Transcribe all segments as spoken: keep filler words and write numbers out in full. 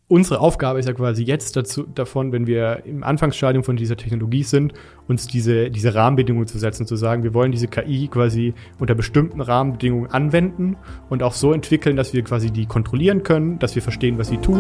unsere Aufgabe ist ja quasi jetzt dazu, davon, wenn wir im Anfangsstadium von dieser Technologie sind, uns diese, diese Rahmenbedingungen zu setzen, zu sagen, wir wollen diese K I quasi unter bestimmten Rahmenbedingungen anwenden und auch so entwickeln, dass wir quasi die kontrollieren können, dass wir verstehen, was sie tut.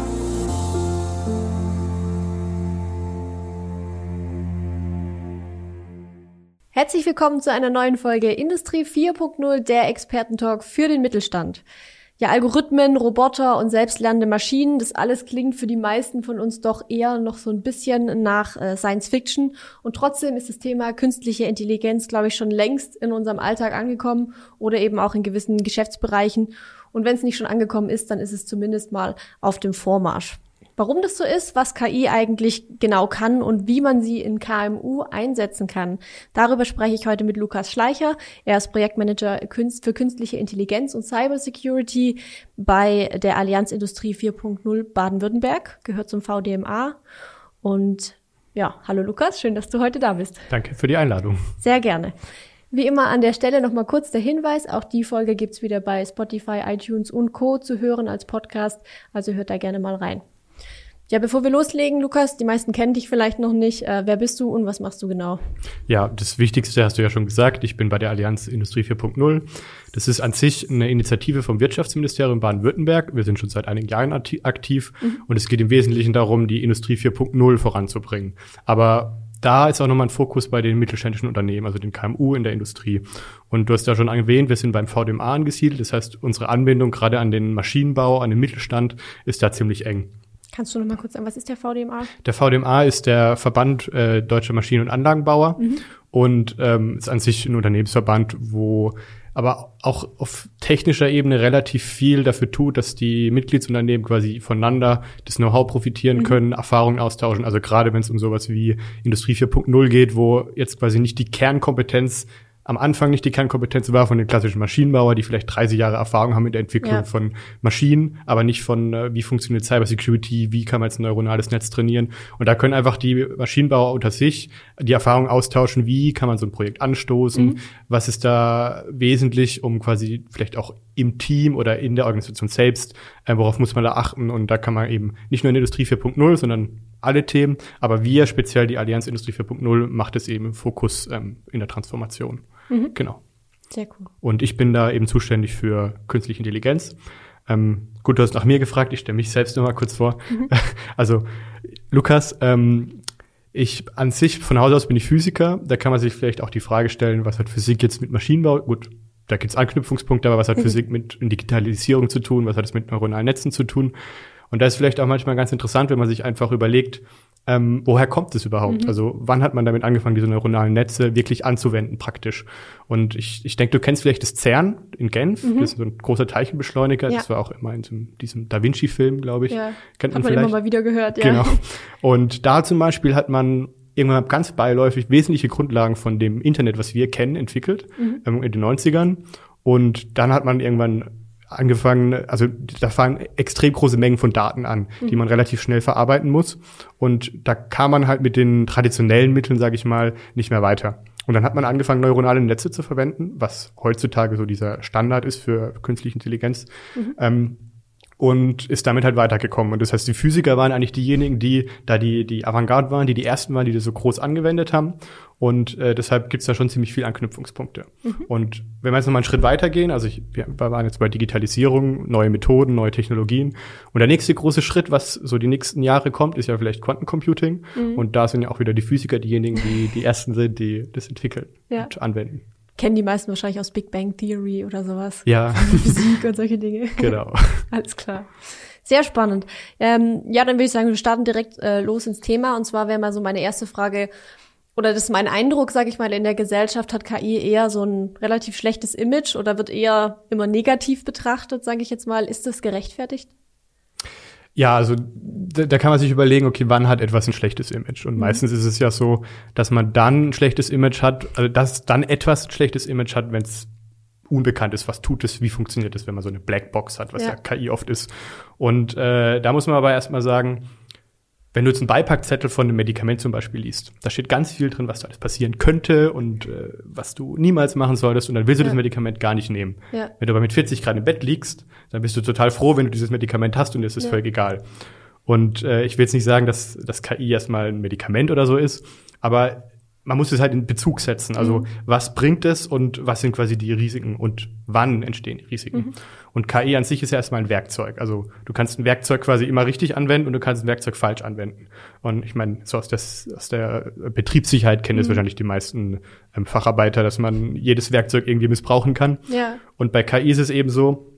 Herzlich willkommen zu einer neuen Folge Industrie vier Punkt null, der Expertentalk für den Mittelstand. Ja, Algorithmen, Roboter und selbstlernende Maschinen, das alles klingt für die meisten von uns doch eher noch so ein bisschen nach äh, Science Fiction. Und trotzdem ist das Thema künstliche Intelligenz, glaube ich, schon längst in unserem Alltag angekommen oder eben auch in gewissen Geschäftsbereichen. Und wenn es nicht schon angekommen ist, dann ist es zumindest mal auf dem Vormarsch. Warum das so ist, was K I eigentlich genau kann und wie man sie in K M U einsetzen kann, darüber spreche ich heute mit Lukas Schleicher. Er ist Projektmanager für künstliche Intelligenz und Cybersecurity bei der Allianz Industrie vier Punkt null Baden-Württemberg, gehört zum V D M A. Und ja, hallo Lukas, schön, dass du heute da bist. Danke für die Einladung. Sehr gerne. Wie immer an der Stelle nochmal kurz der Hinweis, auch die Folge gibt's wieder bei Spotify, iTunes und Co. zu hören als Podcast, also hört da gerne mal rein. Ja, bevor wir loslegen, Lukas, die meisten kennen dich vielleicht noch nicht. Äh, wer bist du und was machst du genau? Ja, das Wichtigste hast du ja schon gesagt. Ich bin bei der Allianz Industrie vier Punkt null. Das ist an sich eine Initiative vom Wirtschaftsministerium Baden-Württemberg. Wir sind schon seit einigen Jahren aktiv mhm. und es geht im Wesentlichen darum, die Industrie vier Punkt null voranzubringen. Aber da ist auch nochmal ein Fokus bei den mittelständischen Unternehmen, also den K M U in der Industrie. Und du hast ja schon erwähnt, wir sind beim V D M A angesiedelt. Das heißt, unsere Anbindung gerade an den Maschinenbau, an den Mittelstand ist da ziemlich eng. Kannst du noch mal kurz sagen, was ist der V D M A? Der V D M A ist der Verband äh, Deutscher Maschinen- und Anlagenbauer mhm. und ähm, ist an sich ein Unternehmensverband, wo aber auch auf technischer Ebene relativ viel dafür tut, dass die Mitgliedsunternehmen quasi voneinander das Know-how profitieren mhm. können, Erfahrungen austauschen. Also gerade wenn es um sowas wie Industrie vier Punkt null geht, wo jetzt quasi nicht die Kernkompetenz am Anfang nicht die Kernkompetenz war von den klassischen Maschinenbauern, die vielleicht dreißig Jahre Erfahrung haben in der Entwicklung ja. von Maschinen, aber nicht von, äh, wie funktioniert Cybersecurity, wie kann man jetzt ein neuronales Netz trainieren. Und da können einfach die Maschinenbauer unter sich die Erfahrung austauschen, wie kann man so ein Projekt anstoßen, mhm. was ist da wesentlich, um quasi vielleicht auch im Team oder in der Organisation selbst, äh, worauf muss man da achten. Und da kann man eben nicht nur in Industrie vier Punkt null, sondern alle Themen, aber wir, speziell die Allianz Industrie vier Punkt null, macht es eben im Fokus ähm, in der Transformation. Mhm. Genau. Sehr cool. Und ich bin da eben zuständig für künstliche Intelligenz. Ähm, gut, du hast nach mir gefragt, ich stelle mich selbst noch mal kurz vor. Mhm. Also, Lukas, ähm, ich an sich, von Haus aus bin ich Physiker. Da kann man sich vielleicht auch die Frage stellen, was hat Physik jetzt mit Maschinenbau? Gut, da gibt's Anknüpfungspunkte, aber was hat mhm. Physik mit Digitalisierung zu tun? Was hat es mit neuronalen Netzen zu tun? Und da ist vielleicht auch manchmal ganz interessant, wenn man sich einfach überlegt, ähm, woher kommt es überhaupt? Mhm. Also wann hat man damit angefangen, diese neuronalen Netze wirklich anzuwenden praktisch? Und ich, ich denke, du kennst vielleicht das CERN in Genf. Mhm. Das ist so ein großer Teilchenbeschleuniger. Ja. Das war auch immer in diesem, diesem Da Vinci-Film, glaube ich. Ja. Kennt man, man vielleicht. Immer mal wieder gehört, ja. Genau. Und da zum Beispiel hat man irgendwann ganz beiläufig wesentliche Grundlagen von dem Internet, was wir kennen, entwickelt, mhm. ähm, in den neunzigern. Und dann hat man irgendwann angefangen, also da fangen extrem große Mengen von Daten an, mhm. die man relativ schnell verarbeiten muss. Und da kam man halt mit den traditionellen Mitteln, sage ich mal, nicht mehr weiter. Und dann hat man angefangen, neuronale Netze zu verwenden, was heutzutage so dieser Standard ist für künstliche Intelligenz. Mhm. Ähm, und ist damit halt weitergekommen. Und das heißt, die Physiker waren eigentlich diejenigen, die da die die Avantgarde waren, die die ersten waren, die das so groß angewendet haben. Und äh, deshalb gibt's da schon ziemlich viel Anknüpfungspunkte. Mhm. Und wenn wir jetzt nochmal einen Schritt weitergehen, also ich, wir waren jetzt bei Digitalisierung, neue Methoden, neue Technologien. Und der nächste große Schritt, was so die nächsten Jahre kommt, ist ja vielleicht Quantencomputing. Mhm. Und da sind ja auch wieder die Physiker diejenigen, die die ersten sind, die das entwickeln ja. und anwenden. Kennen die meisten wahrscheinlich aus Big Bang Theory oder sowas. Ja. Physik und solche Dinge. Genau. Alles klar. Sehr spannend. Ähm, ja, dann würde ich sagen, wir starten direkt äh, los ins Thema. Und zwar wäre mal so meine erste Frage, oder das ist mein Eindruck, sage ich mal, in der Gesellschaft hat K I eher so ein relativ schlechtes Image oder wird eher immer negativ betrachtet, sage ich jetzt mal. Ist das gerechtfertigt? Ja, also da, da kann man sich überlegen, okay, wann hat etwas ein schlechtes Image? Und mhm. meistens ist es ja so, dass man dann ein schlechtes Image hat, also dass dann etwas ein schlechtes Image hat, wenn es unbekannt ist, was tut es, wie funktioniert es, wenn man so eine Blackbox hat, was ja, ja K I oft ist. Und äh, da muss man aber erstmal sagen, wenn du jetzt einen Beipackzettel von einem Medikament zum Beispiel liest, da steht ganz viel drin, was da alles passieren könnte und äh, was du niemals machen solltest und dann willst du ja. das Medikament gar nicht nehmen. Ja. Wenn du aber mit vierzig Grad im Bett liegst, dann bist du total froh, wenn du dieses Medikament hast und dir ist es ja. völlig egal. Und äh, ich will jetzt nicht sagen, dass das K I erstmal ein Medikament oder so ist, aber man muss es halt in Bezug setzen. Also, mhm. was bringt es und was sind quasi die Risiken und wann entstehen die Risiken? Mhm. Und K I an sich ist ja erstmal ein Werkzeug. Also, du kannst ein Werkzeug quasi immer richtig anwenden und du kannst ein Werkzeug falsch anwenden. Und ich meine, so aus, des, aus der Betriebssicherheit kennen das mhm. wahrscheinlich die meisten ähm, Facharbeiter, dass man jedes Werkzeug irgendwie missbrauchen kann. Ja. Und bei K I ist es eben so,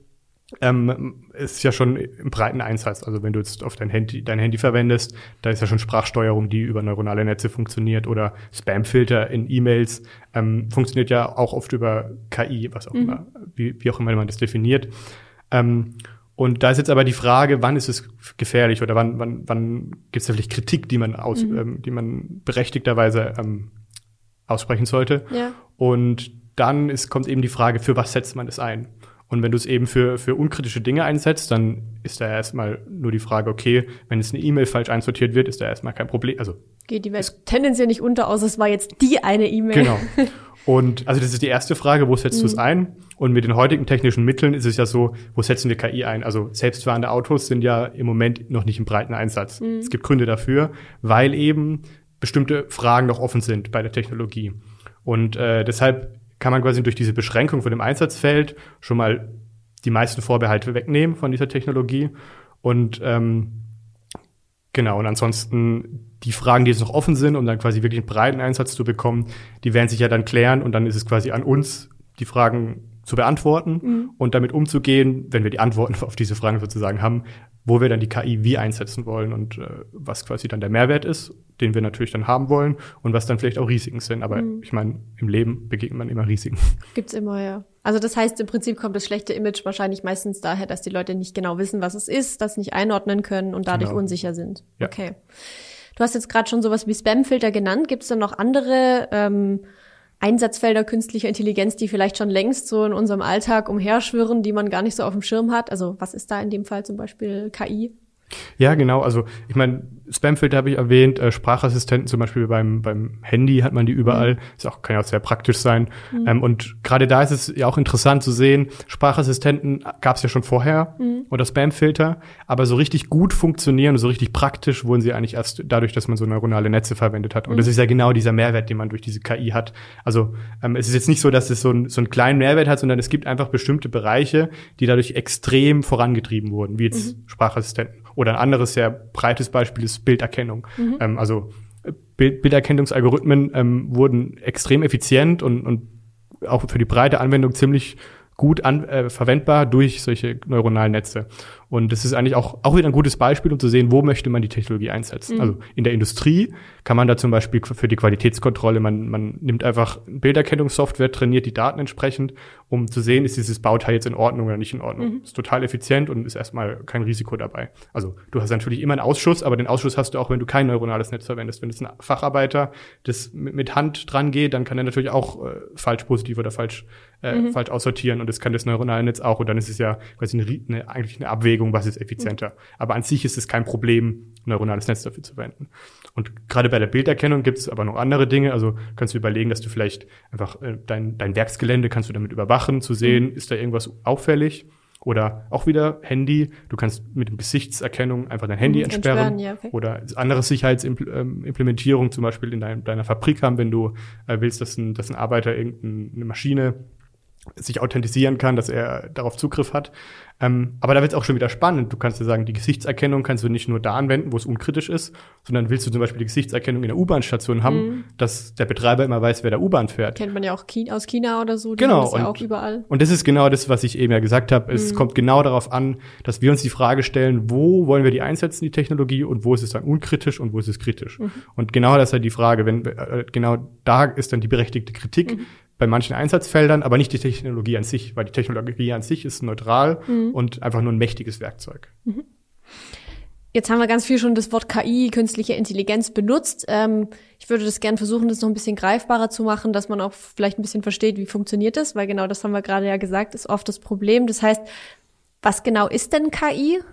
Ähm, ist ja schon im breiten Einsatz. Also wenn du jetzt auf dein Handy, dein Handy verwendest, da ist ja schon Sprachsteuerung, die über neuronale Netze funktioniert oder Spamfilter in E-Mails, ähm, funktioniert ja auch oft über K I, was auch mhm. immer, wie, wie auch immer man das definiert. Ähm, und da ist jetzt aber die Frage, wann ist es gefährlich oder wann, wann, wann gibt es da vielleicht Kritik, die man aus, mhm. ähm, die man berechtigterweise ähm, aussprechen sollte. Ja. Und dann ist, kommt eben die Frage, für was setzt man das ein? Und wenn du es eben für für unkritische Dinge einsetzt, dann ist da erstmal nur die Frage, okay, wenn jetzt eine E-Mail falsch einsortiert wird, ist da erstmal kein Problem. Also geht die Welt tendenziell nicht unter, außer es war jetzt die eine E-Mail. Genau. Und also das ist die erste Frage, wo setzt mhm. du es ein? Und mit den heutigen technischen Mitteln ist es ja so, wo setzen wir K I ein? Also selbstfahrende Autos sind ja im Moment noch nicht im breiten Einsatz. Mhm. Es gibt Gründe dafür, weil eben bestimmte Fragen noch offen sind bei der Technologie. Und äh, deshalb kann man quasi durch diese Beschränkung von dem Einsatzfeld schon mal die meisten Vorbehalte wegnehmen von dieser Technologie. Und ähm, genau, und ansonsten die Fragen, die jetzt noch offen sind, um dann quasi wirklich einen breiten Einsatz zu bekommen, die werden sich ja dann klären und dann ist es quasi an uns, die Fragen zu beantworten mhm. und damit umzugehen, wenn wir die Antworten auf diese Fragen sozusagen haben, wo wir dann die K I wie einsetzen wollen und äh, was quasi dann der Mehrwert ist, den wir natürlich dann haben wollen und was dann vielleicht auch Risiken sind. Aber mhm. ich meine, im Leben begegnet man immer Risiken. Gibt's immer, ja. Also das heißt, im Prinzip kommt das schlechte Image wahrscheinlich meistens daher, dass die Leute nicht genau wissen, was es ist, das nicht einordnen können und dadurch genau. unsicher sind. Ja. Okay. Du hast jetzt gerade schon sowas wie Spamfilter genannt. Gibt's da noch andere ähm, Einsatzfelder künstlicher Intelligenz, die vielleicht schon längst so in unserem Alltag umherschwirren, die man gar nicht so auf dem Schirm hat? Also was ist da in dem Fall zum Beispiel K I? Ja, genau. Also ich meine, Spamfilter habe ich erwähnt, äh, Sprachassistenten zum Beispiel beim beim Handy hat man die überall. Mhm. Ist auch, kann ja auch sehr praktisch sein. Mhm. Ähm, und gerade da ist es ja auch interessant zu sehen, Sprachassistenten gab es ja schon vorher mhm. oder Spamfilter, aber so richtig gut funktionieren, so richtig praktisch wurden sie eigentlich erst dadurch, dass man so neuronale Netze verwendet hat. Und mhm. das ist ja genau dieser Mehrwert, den man durch diese K I hat. Also ähm, es ist jetzt nicht so, dass es so, ein, so einen kleinen Mehrwert hat, sondern es gibt einfach bestimmte Bereiche, die dadurch extrem vorangetrieben wurden, wie jetzt mhm. Sprachassistenten. Oder ein anderes sehr breites Beispiel ist Bilderkennung. Mhm. Ähm, also Bild, Bilderkennungsalgorithmen ähm, wurden extrem effizient und, und auch für die breite Anwendung ziemlich gut an, äh, verwendbar durch solche neuronalen Netze. Und das ist eigentlich auch, auch wieder ein gutes Beispiel, um zu sehen, wo möchte man die Technologie einsetzen. Mhm. Also in der Industrie kann man da zum Beispiel für die Qualitätskontrolle, man, man nimmt einfach Bilderkennungssoftware, trainiert die Daten entsprechend, um zu sehen, ist dieses Bauteil jetzt in Ordnung oder nicht in Ordnung. Mhm. Ist total effizient und ist erstmal kein Risiko dabei. Also du hast natürlich immer einen Ausschuss, aber den Ausschuss hast du auch, wenn du kein neuronales Netz verwendest. Wenn es ein Facharbeiter das mit, mit Hand dran geht, dann kann er natürlich auch äh, falsch positiv oder falsch äh, mhm. falsch aussortieren und das kann das neuronale Netz auch. Und dann ist es ja quasi eine, eine, eigentlich eine Abwägung, was ist effizienter. Mhm. Aber an sich ist es kein Problem, neuronales Netz dafür zu verwenden. Und gerade bei der Bilderkennung gibt es aber noch andere Dinge. Also kannst du überlegen, dass du vielleicht einfach äh, dein, dein Werksgelände kannst du damit überwachen, zu sehen, mhm. ist da irgendwas auffällig. Oder auch wieder Handy. Du kannst mit dem Gesichtserkennung einfach dein Handy mhm, entsperren. entsperren ja, okay. Oder andere Sicherheitsimplementierung zum Beispiel in dein, deiner Fabrik haben, wenn du äh, willst, dass ein, dass ein Arbeiter irgendeine Maschine sich authentisieren kann, dass er darauf Zugriff hat. Ähm, aber da wird es auch schon wieder spannend. Du kannst ja sagen, die Gesichtserkennung kannst du nicht nur da anwenden, wo es unkritisch ist, sondern willst du zum Beispiel die Gesichtserkennung in der U-Bahn-Station haben, mhm. dass der Betreiber immer weiß, wer der U-Bahn fährt. Kennt man ja auch aus China oder so. Die genau. haben das ja und, auch überall. Und das ist genau das, was ich eben ja gesagt habe. Es mhm. kommt genau darauf an, dass wir uns die Frage stellen, wo wollen wir die einsetzen, die Technologie, und wo ist es dann unkritisch und wo ist es kritisch. Mhm. Und genau das ist halt die Frage. Wenn äh, genau da ist dann die berechtigte Kritik. Mhm. Bei manchen Einsatzfeldern, aber nicht die Technologie an sich, weil die Technologie an sich ist neutral mhm. und einfach nur ein mächtiges Werkzeug. Mhm. Jetzt haben wir ganz viel schon das Wort K I, künstliche Intelligenz, benutzt. Ähm, ich würde das gerne versuchen, das noch ein bisschen greifbarer zu machen, dass man auch vielleicht ein bisschen versteht, wie funktioniert das, weil genau das haben wir gerade ja gesagt, ist oft das Problem. Das heißt, was genau ist denn K I?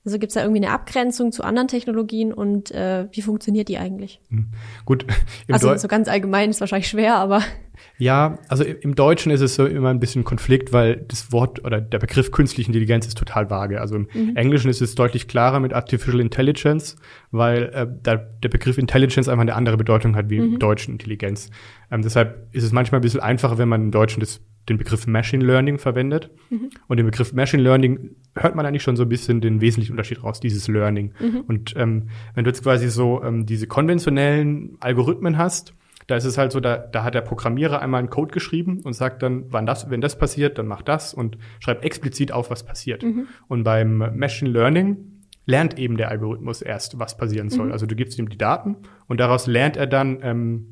Also gibt es da irgendwie eine Abgrenzung zu anderen Technologien und äh, wie funktioniert die eigentlich? Hm. Gut. Also Deu- so ganz allgemein ist wahrscheinlich schwer, aber Ja, also im Deutschen ist es so immer ein bisschen Konflikt, weil das Wort oder der Begriff künstliche Intelligenz ist total vage. Also im mhm. Englischen ist es deutlich klarer mit Artificial Intelligence, weil äh, der, der Begriff Intelligence einfach eine andere Bedeutung hat wie mhm. im Deutschen Intelligenz. Ähm, deshalb ist es manchmal ein bisschen einfacher, wenn man im Deutschen das, den Begriff Machine Learning verwendet. Mhm. Und im Begriff Machine Learning hört man eigentlich schon so ein bisschen den wesentlichen Unterschied raus, dieses Learning. Mhm. Und ähm, wenn du jetzt quasi so ähm, diese konventionellen Algorithmen hast, da ist es halt so, da, da hat der Programmierer einmal einen Code geschrieben und sagt dann, wann das, wenn das passiert, dann mach das und schreibt explizit auf, was passiert. Mhm. Und beim Machine Learning lernt eben der Algorithmus erst, was passieren soll. Mhm. Also du gibst ihm die Daten und daraus lernt er dann ähm,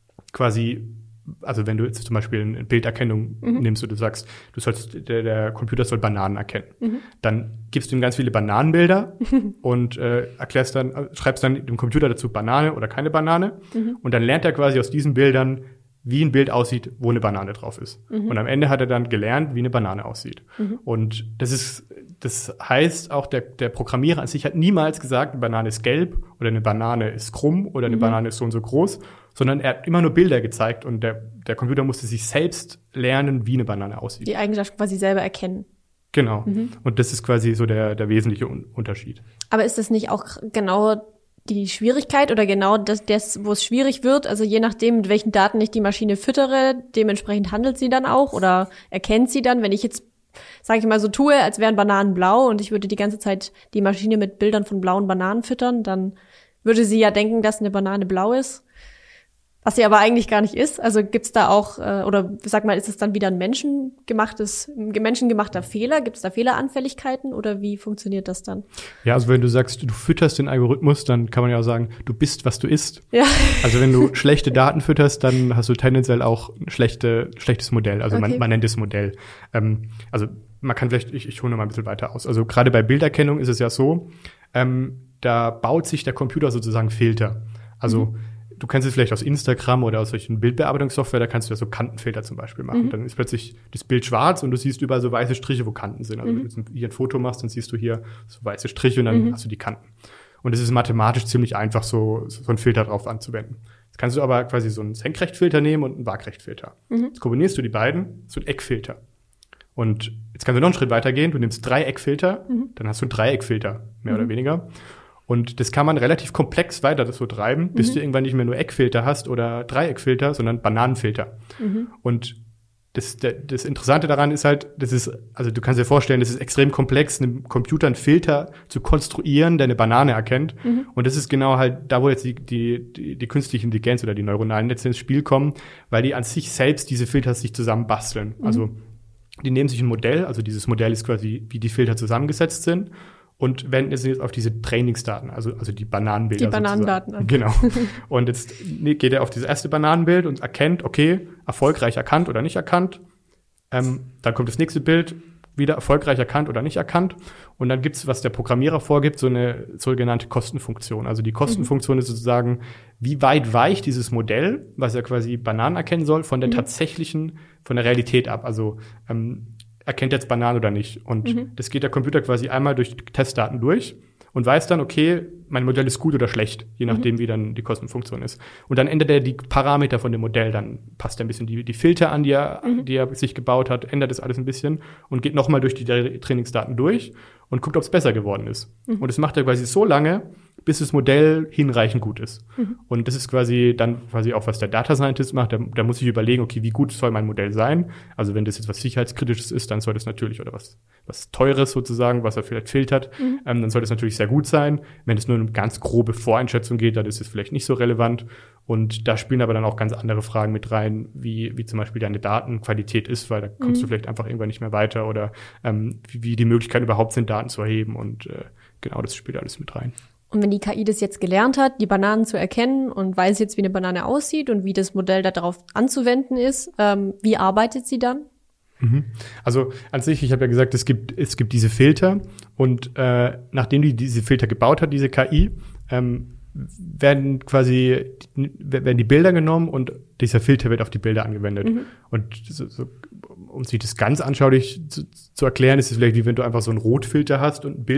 quasi, also wenn du jetzt zum Beispiel eine Bilderkennung mhm. nimmst und du sagst, du sollst, der, der Computer soll Bananen erkennen, mhm. dann gibst du ihm ganz viele Bananenbilder und äh, erklärst dann, schreibst dann dem Computer dazu Banane oder keine Banane mhm. und dann lernt er quasi aus diesen Bildern, wie ein Bild aussieht, wo eine Banane drauf ist. Mhm. Und am Ende hat er dann gelernt, wie eine Banane aussieht. Mhm. Und das ist, das heißt auch, der, der Programmierer an sich hat niemals gesagt, eine Banane ist gelb oder eine Banane ist krumm oder eine mhm. Banane ist so und so groß, sondern er hat immer nur Bilder gezeigt und der, der Computer musste sich selbst lernen, wie eine Banane aussieht. Die Eigenschaft quasi selber erkennen. Genau. Mhm. Und das ist quasi so der, der wesentliche Unterschied. Aber ist das nicht auch genau die Schwierigkeit oder genau das, das, wo es schwierig wird? Also je nachdem, mit welchen Daten ich die Maschine füttere, dementsprechend handelt sie dann auch oder erkennt sie dann, wenn ich jetzt, sage ich mal, so tue, als wären Bananen blau und ich würde die ganze Zeit die Maschine mit Bildern von blauen Bananen füttern, dann würde sie ja denken, dass eine Banane blau ist. Was sie aber eigentlich gar nicht ist. Also gibt's da auch, äh, oder sag mal, ist es dann wieder ein menschengemachtes, ein menschengemachter Fehler? Gibt's da Fehleranfälligkeiten oder wie funktioniert das dann? Ja, also wenn du sagst, du fütterst den Algorithmus, dann kann man ja auch sagen, du bist, was du isst. Ja. Also wenn du schlechte Daten fütterst, dann hast du tendenziell auch ein schlechte, schlechtes Modell. Also okay. man, man nennt es Modell. Ähm, also man kann vielleicht, ich, ich hole noch mal ein bisschen weiter aus. Also gerade bei Bilderkennung ist es ja so, ähm, da baut sich der Computer sozusagen Filter. Also mhm. du kennst es vielleicht aus Instagram oder aus solchen Bildbearbeitungssoftware, da kannst du ja so Kantenfilter zum Beispiel machen. Mhm. Dann ist plötzlich das Bild schwarz und du siehst überall so weiße Striche, wo Kanten sind. Also mhm. wenn du hier ein Foto machst, dann siehst du hier so weiße Striche und dann mhm. hast du die Kanten. Und es ist mathematisch ziemlich einfach, so, so einen Filter drauf anzuwenden. Jetzt kannst du aber quasi so einen Senkrechtfilter nehmen und einen Waagrechtfilter. Mhm. Jetzt kombinierst du die beiden, so ein Eckfilter. Und jetzt kannst du noch einen Schritt weiter gehen, du nimmst drei Eckfilter, mhm. dann hast du einen Dreieckfilter, mehr mhm. oder weniger. Und das kann man relativ komplex weiter das so treiben, bis mhm. du irgendwann nicht mehr nur Eckfilter hast oder Dreieckfilter, sondern Bananenfilter. Mhm. Und das, das Interessante daran ist halt, das ist, also du kannst dir vorstellen, das ist extrem komplex, einem Computer einen Filter zu konstruieren, der eine Banane erkennt. Mhm. Und das ist genau halt da, wo jetzt die, die, die, die künstliche Intelligenz oder die neuronalen Netze ins Spiel kommen, weil die an sich selbst diese Filter sich zusammen basteln. Mhm. Also die nehmen sich ein Modell, also dieses Modell ist quasi, wie die Filter zusammengesetzt sind. Und wenden es jetzt auf diese Trainingsdaten, also, also die Bananenbilder. Die Bananendaten. Sozusagen. Genau. Und jetzt geht er auf dieses erste Bananenbild und erkennt, okay, erfolgreich erkannt oder nicht erkannt. Ähm, dann kommt das nächste Bild, wieder erfolgreich erkannt oder nicht erkannt. Und dann gibt's, was der Programmierer vorgibt, so eine sogenannte Kostenfunktion. Also die Kostenfunktion mhm. ist sozusagen, wie weit weicht dieses Modell, was ja quasi Bananen erkennen soll, von der mhm. tatsächlichen, von der Realität ab. Also ähm, erkennt jetzt Bananen oder nicht. Und mhm. das geht der Computer quasi einmal durch die Testdaten durch und weiß dann, okay, mein Modell ist gut oder schlecht, je nachdem, mhm. wie dann die Kostenfunktion ist. Und dann ändert er die Parameter von dem Modell, dann passt er ein bisschen die, die Filter an, die er, mhm. die er sich gebaut hat, ändert das alles ein bisschen und geht nochmal durch die Trainingsdaten durch und guckt, ob es besser geworden ist. Mhm. Und das macht er quasi so lange, bis das Modell hinreichend gut ist. Mhm. Und das ist quasi dann quasi auch, was der Data Scientist macht. Da, da muss ich überlegen, okay, wie gut soll mein Modell sein? Also wenn das jetzt was Sicherheitskritisches ist, dann soll das natürlich, oder was was Teures sozusagen, was er vielleicht filtert, mhm. ähm, dann soll das natürlich sehr gut sein. Wenn es nur um eine ganz grobe Voreinschätzung geht, dann ist es vielleicht nicht so relevant. Und da spielen aber dann auch ganz andere Fragen mit rein, wie wie zum Beispiel deine Datenqualität ist, weil da kommst mhm. du vielleicht einfach irgendwann nicht mehr weiter oder ähm, wie, wie die Möglichkeiten überhaupt sind, Daten zu erheben. Und äh, genau, das spielt alles mit rein. Und wenn die K I das jetzt gelernt hat, die Bananen zu erkennen und weiß jetzt, wie eine Banane aussieht und wie das Modell darauf anzuwenden ist, ähm, wie arbeitet sie dann? Mhm. Also an sich, ich habe ja gesagt, es gibt es gibt diese Filter und äh, nachdem die diese Filter gebaut hat, diese K I, ähm, werden quasi werden die Bilder genommen und dieser Filter wird auf die Bilder angewendet. Mhm. Und so, so, um sich das ganz anschaulich zu, zu erklären, ist es vielleicht wie wenn du einfach so einen Rotfilter hast und ein Bild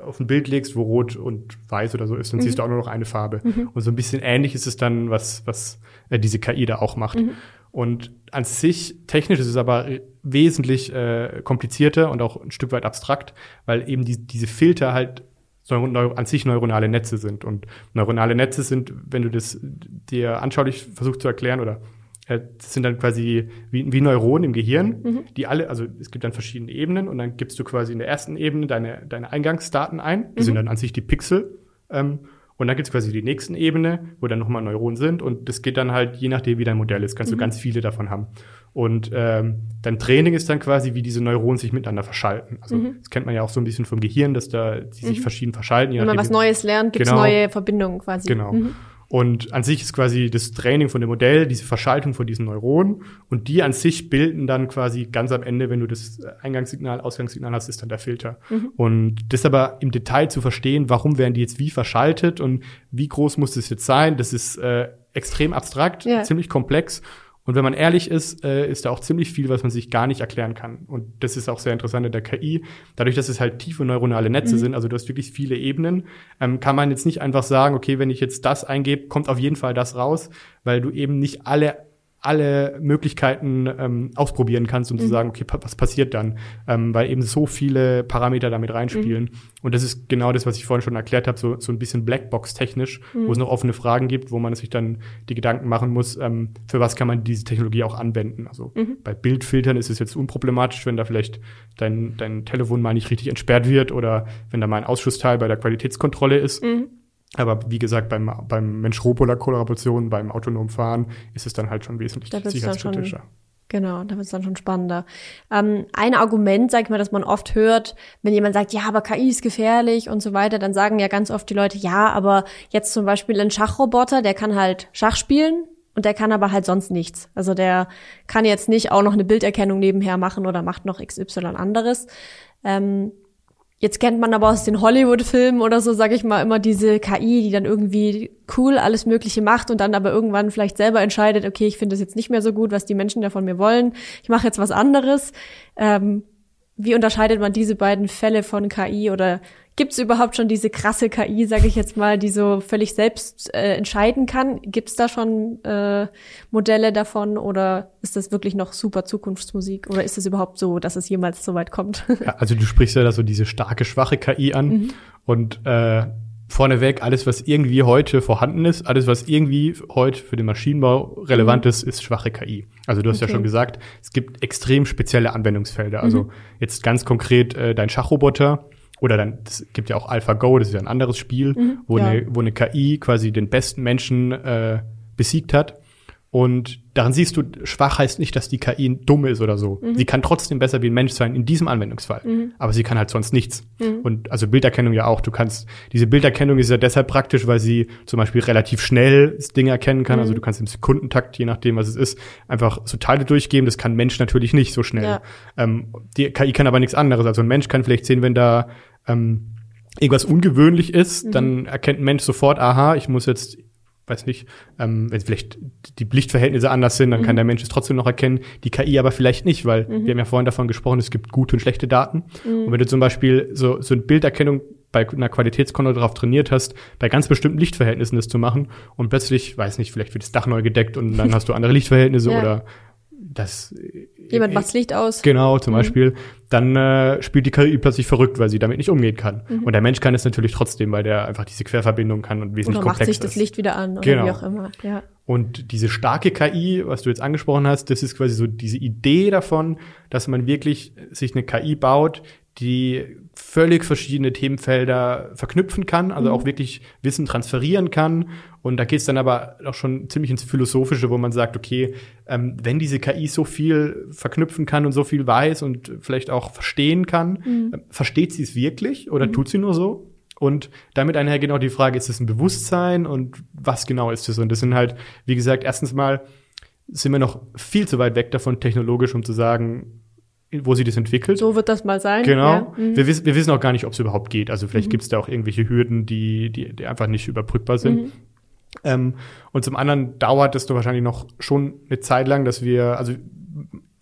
auf ein Bild legst, wo rot und weiß oder so ist, dann mhm. siehst du auch nur noch eine Farbe. Mhm. Und so ein bisschen ähnlich ist es dann, was, was äh, diese K I da auch macht. Mhm. Und an sich, technisch ist es aber wesentlich äh, komplizierter und auch ein Stück weit abstrakt, weil eben die, diese Filter halt so neu, an sich neuronale Netze sind. Und neuronale Netze sind, wenn du das dir anschaulich versuchst zu erklären, oder äh, das sind dann quasi wie, wie Neuronen im Gehirn, mhm. die alle, also es gibt dann verschiedene Ebenen und dann gibst du quasi in der ersten Ebene deine, deine Eingangsdaten ein. Die mhm. sind dann an sich die Pixel. Ähm, Und dann gibt's quasi die nächsten Ebene, wo dann nochmal Neuronen sind. Und das geht dann halt, je nachdem, wie dein Modell ist, kannst mhm. du ganz viele davon haben. Und ähm, dein Training ist dann quasi, wie diese Neuronen sich miteinander verschalten. Also mhm. das kennt man ja auch so ein bisschen vom Gehirn, dass da die sich mhm. verschieden verschalten. Je Wenn man nachdem, was Neues lernt, gibt's genau. neue Verbindungen quasi. Genau. Mhm. Und an sich ist quasi das Training von dem Modell, diese Verschaltung von diesen Neuronen. Und die an sich bilden dann quasi ganz am Ende, wenn du das Eingangssignal, Ausgangssignal hast, ist dann der Filter. Mhm. Und das aber im Detail zu verstehen, warum werden die jetzt wie verschaltet und wie groß muss das jetzt sein, das ist äh, extrem abstrakt, ja. ziemlich komplex. Und wenn man ehrlich ist, äh, ist da auch ziemlich viel, was man sich gar nicht erklären kann. Und das ist auch sehr interessant in der K I. Dadurch, dass es halt tiefe neuronale Netze mhm. sind, also du hast wirklich viele Ebenen, ähm, kann man jetzt nicht einfach sagen, okay, wenn ich jetzt das eingebe, kommt auf jeden Fall das raus, weil du eben nicht alle alle Möglichkeiten ähm, ausprobieren kannst, um mhm. zu sagen, okay, pa- was passiert dann? Ähm, weil eben so viele Parameter damit reinspielen. Mhm. Und das ist genau das, was ich vorhin schon erklärt habe, so so ein bisschen Blackbox-technisch, mhm. wo es noch offene Fragen gibt, wo man sich dann die Gedanken machen muss, ähm, für was kann man diese Technologie auch anwenden. Also mhm. bei Bildfiltern ist es jetzt unproblematisch, wenn da vielleicht dein dein Telefon mal nicht richtig entsperrt wird oder wenn da mal ein Ausschussteil bei der Qualitätskontrolle ist. Mhm. Aber wie gesagt, beim, beim Mensch-Roboter-Kollaboration, beim autonomen Fahren ist es dann halt schon wesentlich sicherheitskritischer. Genau, da wird es dann schon spannender. Ähm, ein Argument, sag ich mal, das man oft hört, wenn jemand sagt, ja, aber K I ist gefährlich und so weiter, dann sagen ja ganz oft die Leute, ja, aber jetzt zum Beispiel ein Schachroboter, der kann halt Schach spielen und der kann aber halt sonst nichts. Also der kann jetzt nicht auch noch eine Bilderkennung nebenher machen oder macht noch X Y anderes. Ähm, Jetzt kennt man aber aus den Hollywood-Filmen oder so, sag ich mal, immer diese K I, die dann irgendwie cool alles Mögliche macht und dann aber irgendwann vielleicht selber entscheidet, okay, ich finde das jetzt nicht mehr so gut, was die Menschen da von mir wollen, ich mache jetzt was anderes. Ähm, wie unterscheidet man diese beiden Fälle von K I oder gibt's überhaupt schon diese krasse K I, sage ich jetzt mal, die so völlig selbst äh, entscheiden kann? Gibt's da schon äh, Modelle davon oder ist das wirklich noch super Zukunftsmusik? Oder ist es überhaupt so, dass es jemals so weit kommt? Ja, also du sprichst ja da so diese starke, schwache K I an mhm. und äh, vorneweg, alles, was irgendwie heute vorhanden ist, alles, was irgendwie heute für den Maschinenbau relevant mhm. ist, ist schwache K I. Also du hast okay. ja schon gesagt, es gibt extrem spezielle Anwendungsfelder. Also mhm. jetzt ganz konkret äh, dein Schachroboter oder dann, es gibt ja auch AlphaGo, das ist ja ein anderes Spiel, mhm, wo, ja. eine, wo eine K I quasi den besten Menschen äh, besiegt hat. Und daran siehst du, schwach heißt nicht, dass die K I dumm ist oder so. Mhm. Sie kann trotzdem besser wie ein Mensch sein in diesem Anwendungsfall. Mhm. Aber sie kann halt sonst nichts. Mhm. Und also Bilderkennung ja auch. Du kannst, diese Bilderkennung ist ja deshalb praktisch, weil sie zum Beispiel relativ schnell das Ding erkennen kann. Mhm. Also du kannst im Sekundentakt, je nachdem, was es ist, einfach so Teile durchgeben. Das kann ein Mensch natürlich nicht so schnell. Ja. Ähm, die K I kann aber nichts anderes. Also ein Mensch kann vielleicht sehen, wenn da ähm, irgendwas ungewöhnlich ist, mhm. dann erkennt ein Mensch sofort, aha, ich muss jetzt weiß nicht, ähm, wenn vielleicht die Lichtverhältnisse anders sind, dann mhm. kann der Mensch es trotzdem noch erkennen, die K I aber vielleicht nicht, weil mhm. wir haben ja vorhin davon gesprochen, es gibt gute und schlechte Daten. Mhm. Und wenn du zum Beispiel so, so eine Bilderkennung bei einer Qualitätskontrolle darauf trainiert hast, bei ganz bestimmten Lichtverhältnissen das zu machen und plötzlich, weiß nicht, vielleicht wird das Dach neu gedeckt und dann hast du andere Lichtverhältnisse ja. oder das jemand macht das Licht aus. Genau, zum mhm. Beispiel. Dann äh, spielt die K I plötzlich verrückt, weil sie damit nicht umgehen kann. Mhm. Und der Mensch kann es natürlich trotzdem, weil der einfach diese Querverbindung kann und wesentlich oder komplex ist. Oder macht sich das Licht wieder an oder genau. wie auch immer. Ja. Und diese starke K I, was du jetzt angesprochen hast, das ist quasi so diese Idee davon, dass man wirklich sich eine K I baut, die völlig verschiedene Themenfelder verknüpfen kann, also mhm. auch wirklich Wissen transferieren kann. Und da geht es dann aber auch schon ziemlich ins Philosophische, wo man sagt, okay, ähm, wenn diese K I so viel verknüpfen kann und so viel weiß und vielleicht auch verstehen kann, mhm. äh, versteht sie es wirklich oder mhm. tut sie nur so? Und damit einhergeht auch die Frage, ist es ein Bewusstsein und was genau ist es? Und das sind halt, wie gesagt, erstens mal sind wir noch viel zu weit weg davon technologisch, um zu sagen, wo sie das entwickelt. So wird das mal sein. Genau. Ja. Mhm. Wir, wissen, wir wissen auch gar nicht, ob es überhaupt geht. Also vielleicht mhm. gibt es da auch irgendwelche Hürden, die, die, die einfach nicht überbrückbar sind. Mhm. Ähm, und zum anderen dauert es doch wahrscheinlich noch schon eine Zeit lang, dass wir, also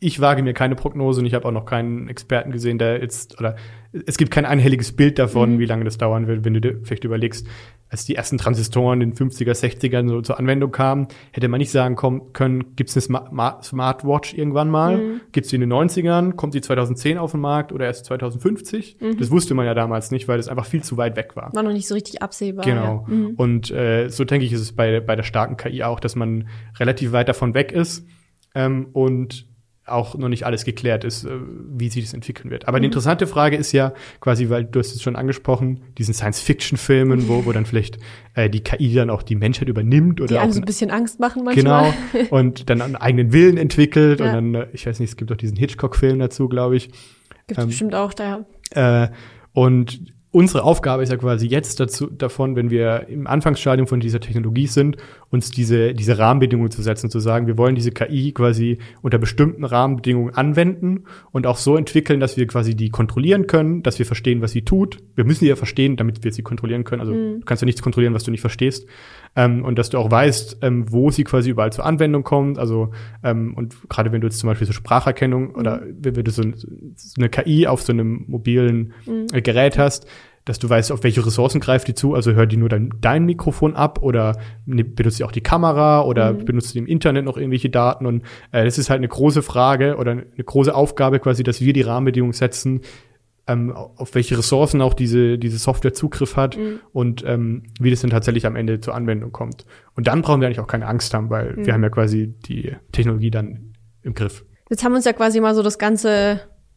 ich wage mir keine Prognose und ich habe auch noch keinen Experten gesehen, der jetzt, oder es gibt kein einhelliges Bild davon, mhm. wie lange das dauern wird, wenn du dir vielleicht überlegst, als die ersten Transistoren in den fünfziger, sechzigern so zur Anwendung kamen, hätte man nicht sagen können, gibt es eine Smart- Smartwatch irgendwann mal? Mhm. Gibt es die in den neunzigern? Kommt die zweitausendzehn auf den Markt oder erst zweitausendfünfzig? Mhm. Das wusste man ja damals nicht, weil das einfach viel zu weit weg war. War noch nicht so richtig absehbar. Genau. Ja. Mhm. Und äh, so denke ich, ist es bei, bei der starken K I auch, dass man relativ weit davon weg ist ähm, und auch noch nicht alles geklärt ist, wie sich das entwickeln wird. Aber mhm. die interessante Frage ist ja quasi, weil du hast es schon angesprochen, diesen Science-Fiction-Filmen, wo, wo dann vielleicht äh, die K I dann auch die Menschheit übernimmt. Oder die auch alle so ein bisschen Angst machen manchmal. Genau, und dann einen eigenen Willen entwickelt. Ja. Und dann, ich weiß nicht, es gibt auch diesen Hitchcock-Film dazu, glaube ich. Gibt's ähm, bestimmt auch, da. Äh, und unsere Aufgabe ist ja quasi jetzt dazu, davon, wenn wir im Anfangsstadium von dieser Technologie sind, uns diese, diese Rahmenbedingungen zu setzen, zu sagen, wir wollen diese K I quasi unter bestimmten Rahmenbedingungen anwenden und auch so entwickeln, dass wir quasi die kontrollieren können, dass wir verstehen, was sie tut. Wir müssen die ja verstehen, damit wir sie kontrollieren können. Also mhm. du kannst ja nichts kontrollieren, was du nicht verstehst. Ähm, und dass du auch weißt, ähm, wo sie quasi überall zur Anwendung kommt. Also ähm, und gerade wenn du jetzt zum Beispiel so Spracherkennung mhm. oder wenn du so, ein, so eine K I auf so einem mobilen mhm. äh, Gerät hast, dass du weißt, auf welche Ressourcen greift die zu, also hört die nur dein, dein Mikrofon ab oder ne, benutzt die auch die Kamera oder mhm. benutzt die im Internet noch irgendwelche Daten und äh, das ist halt eine große Frage oder eine große Aufgabe quasi, dass wir die Rahmenbedingungen setzen, ähm, auf welche Ressourcen auch diese diese Software Zugriff hat mhm. und ähm, wie das dann tatsächlich am Ende zur Anwendung kommt. Und dann brauchen wir eigentlich auch keine Angst haben, weil mhm. wir haben ja quasi die Technologie dann im Griff. Jetzt haben wir uns ja quasi mal so das ganze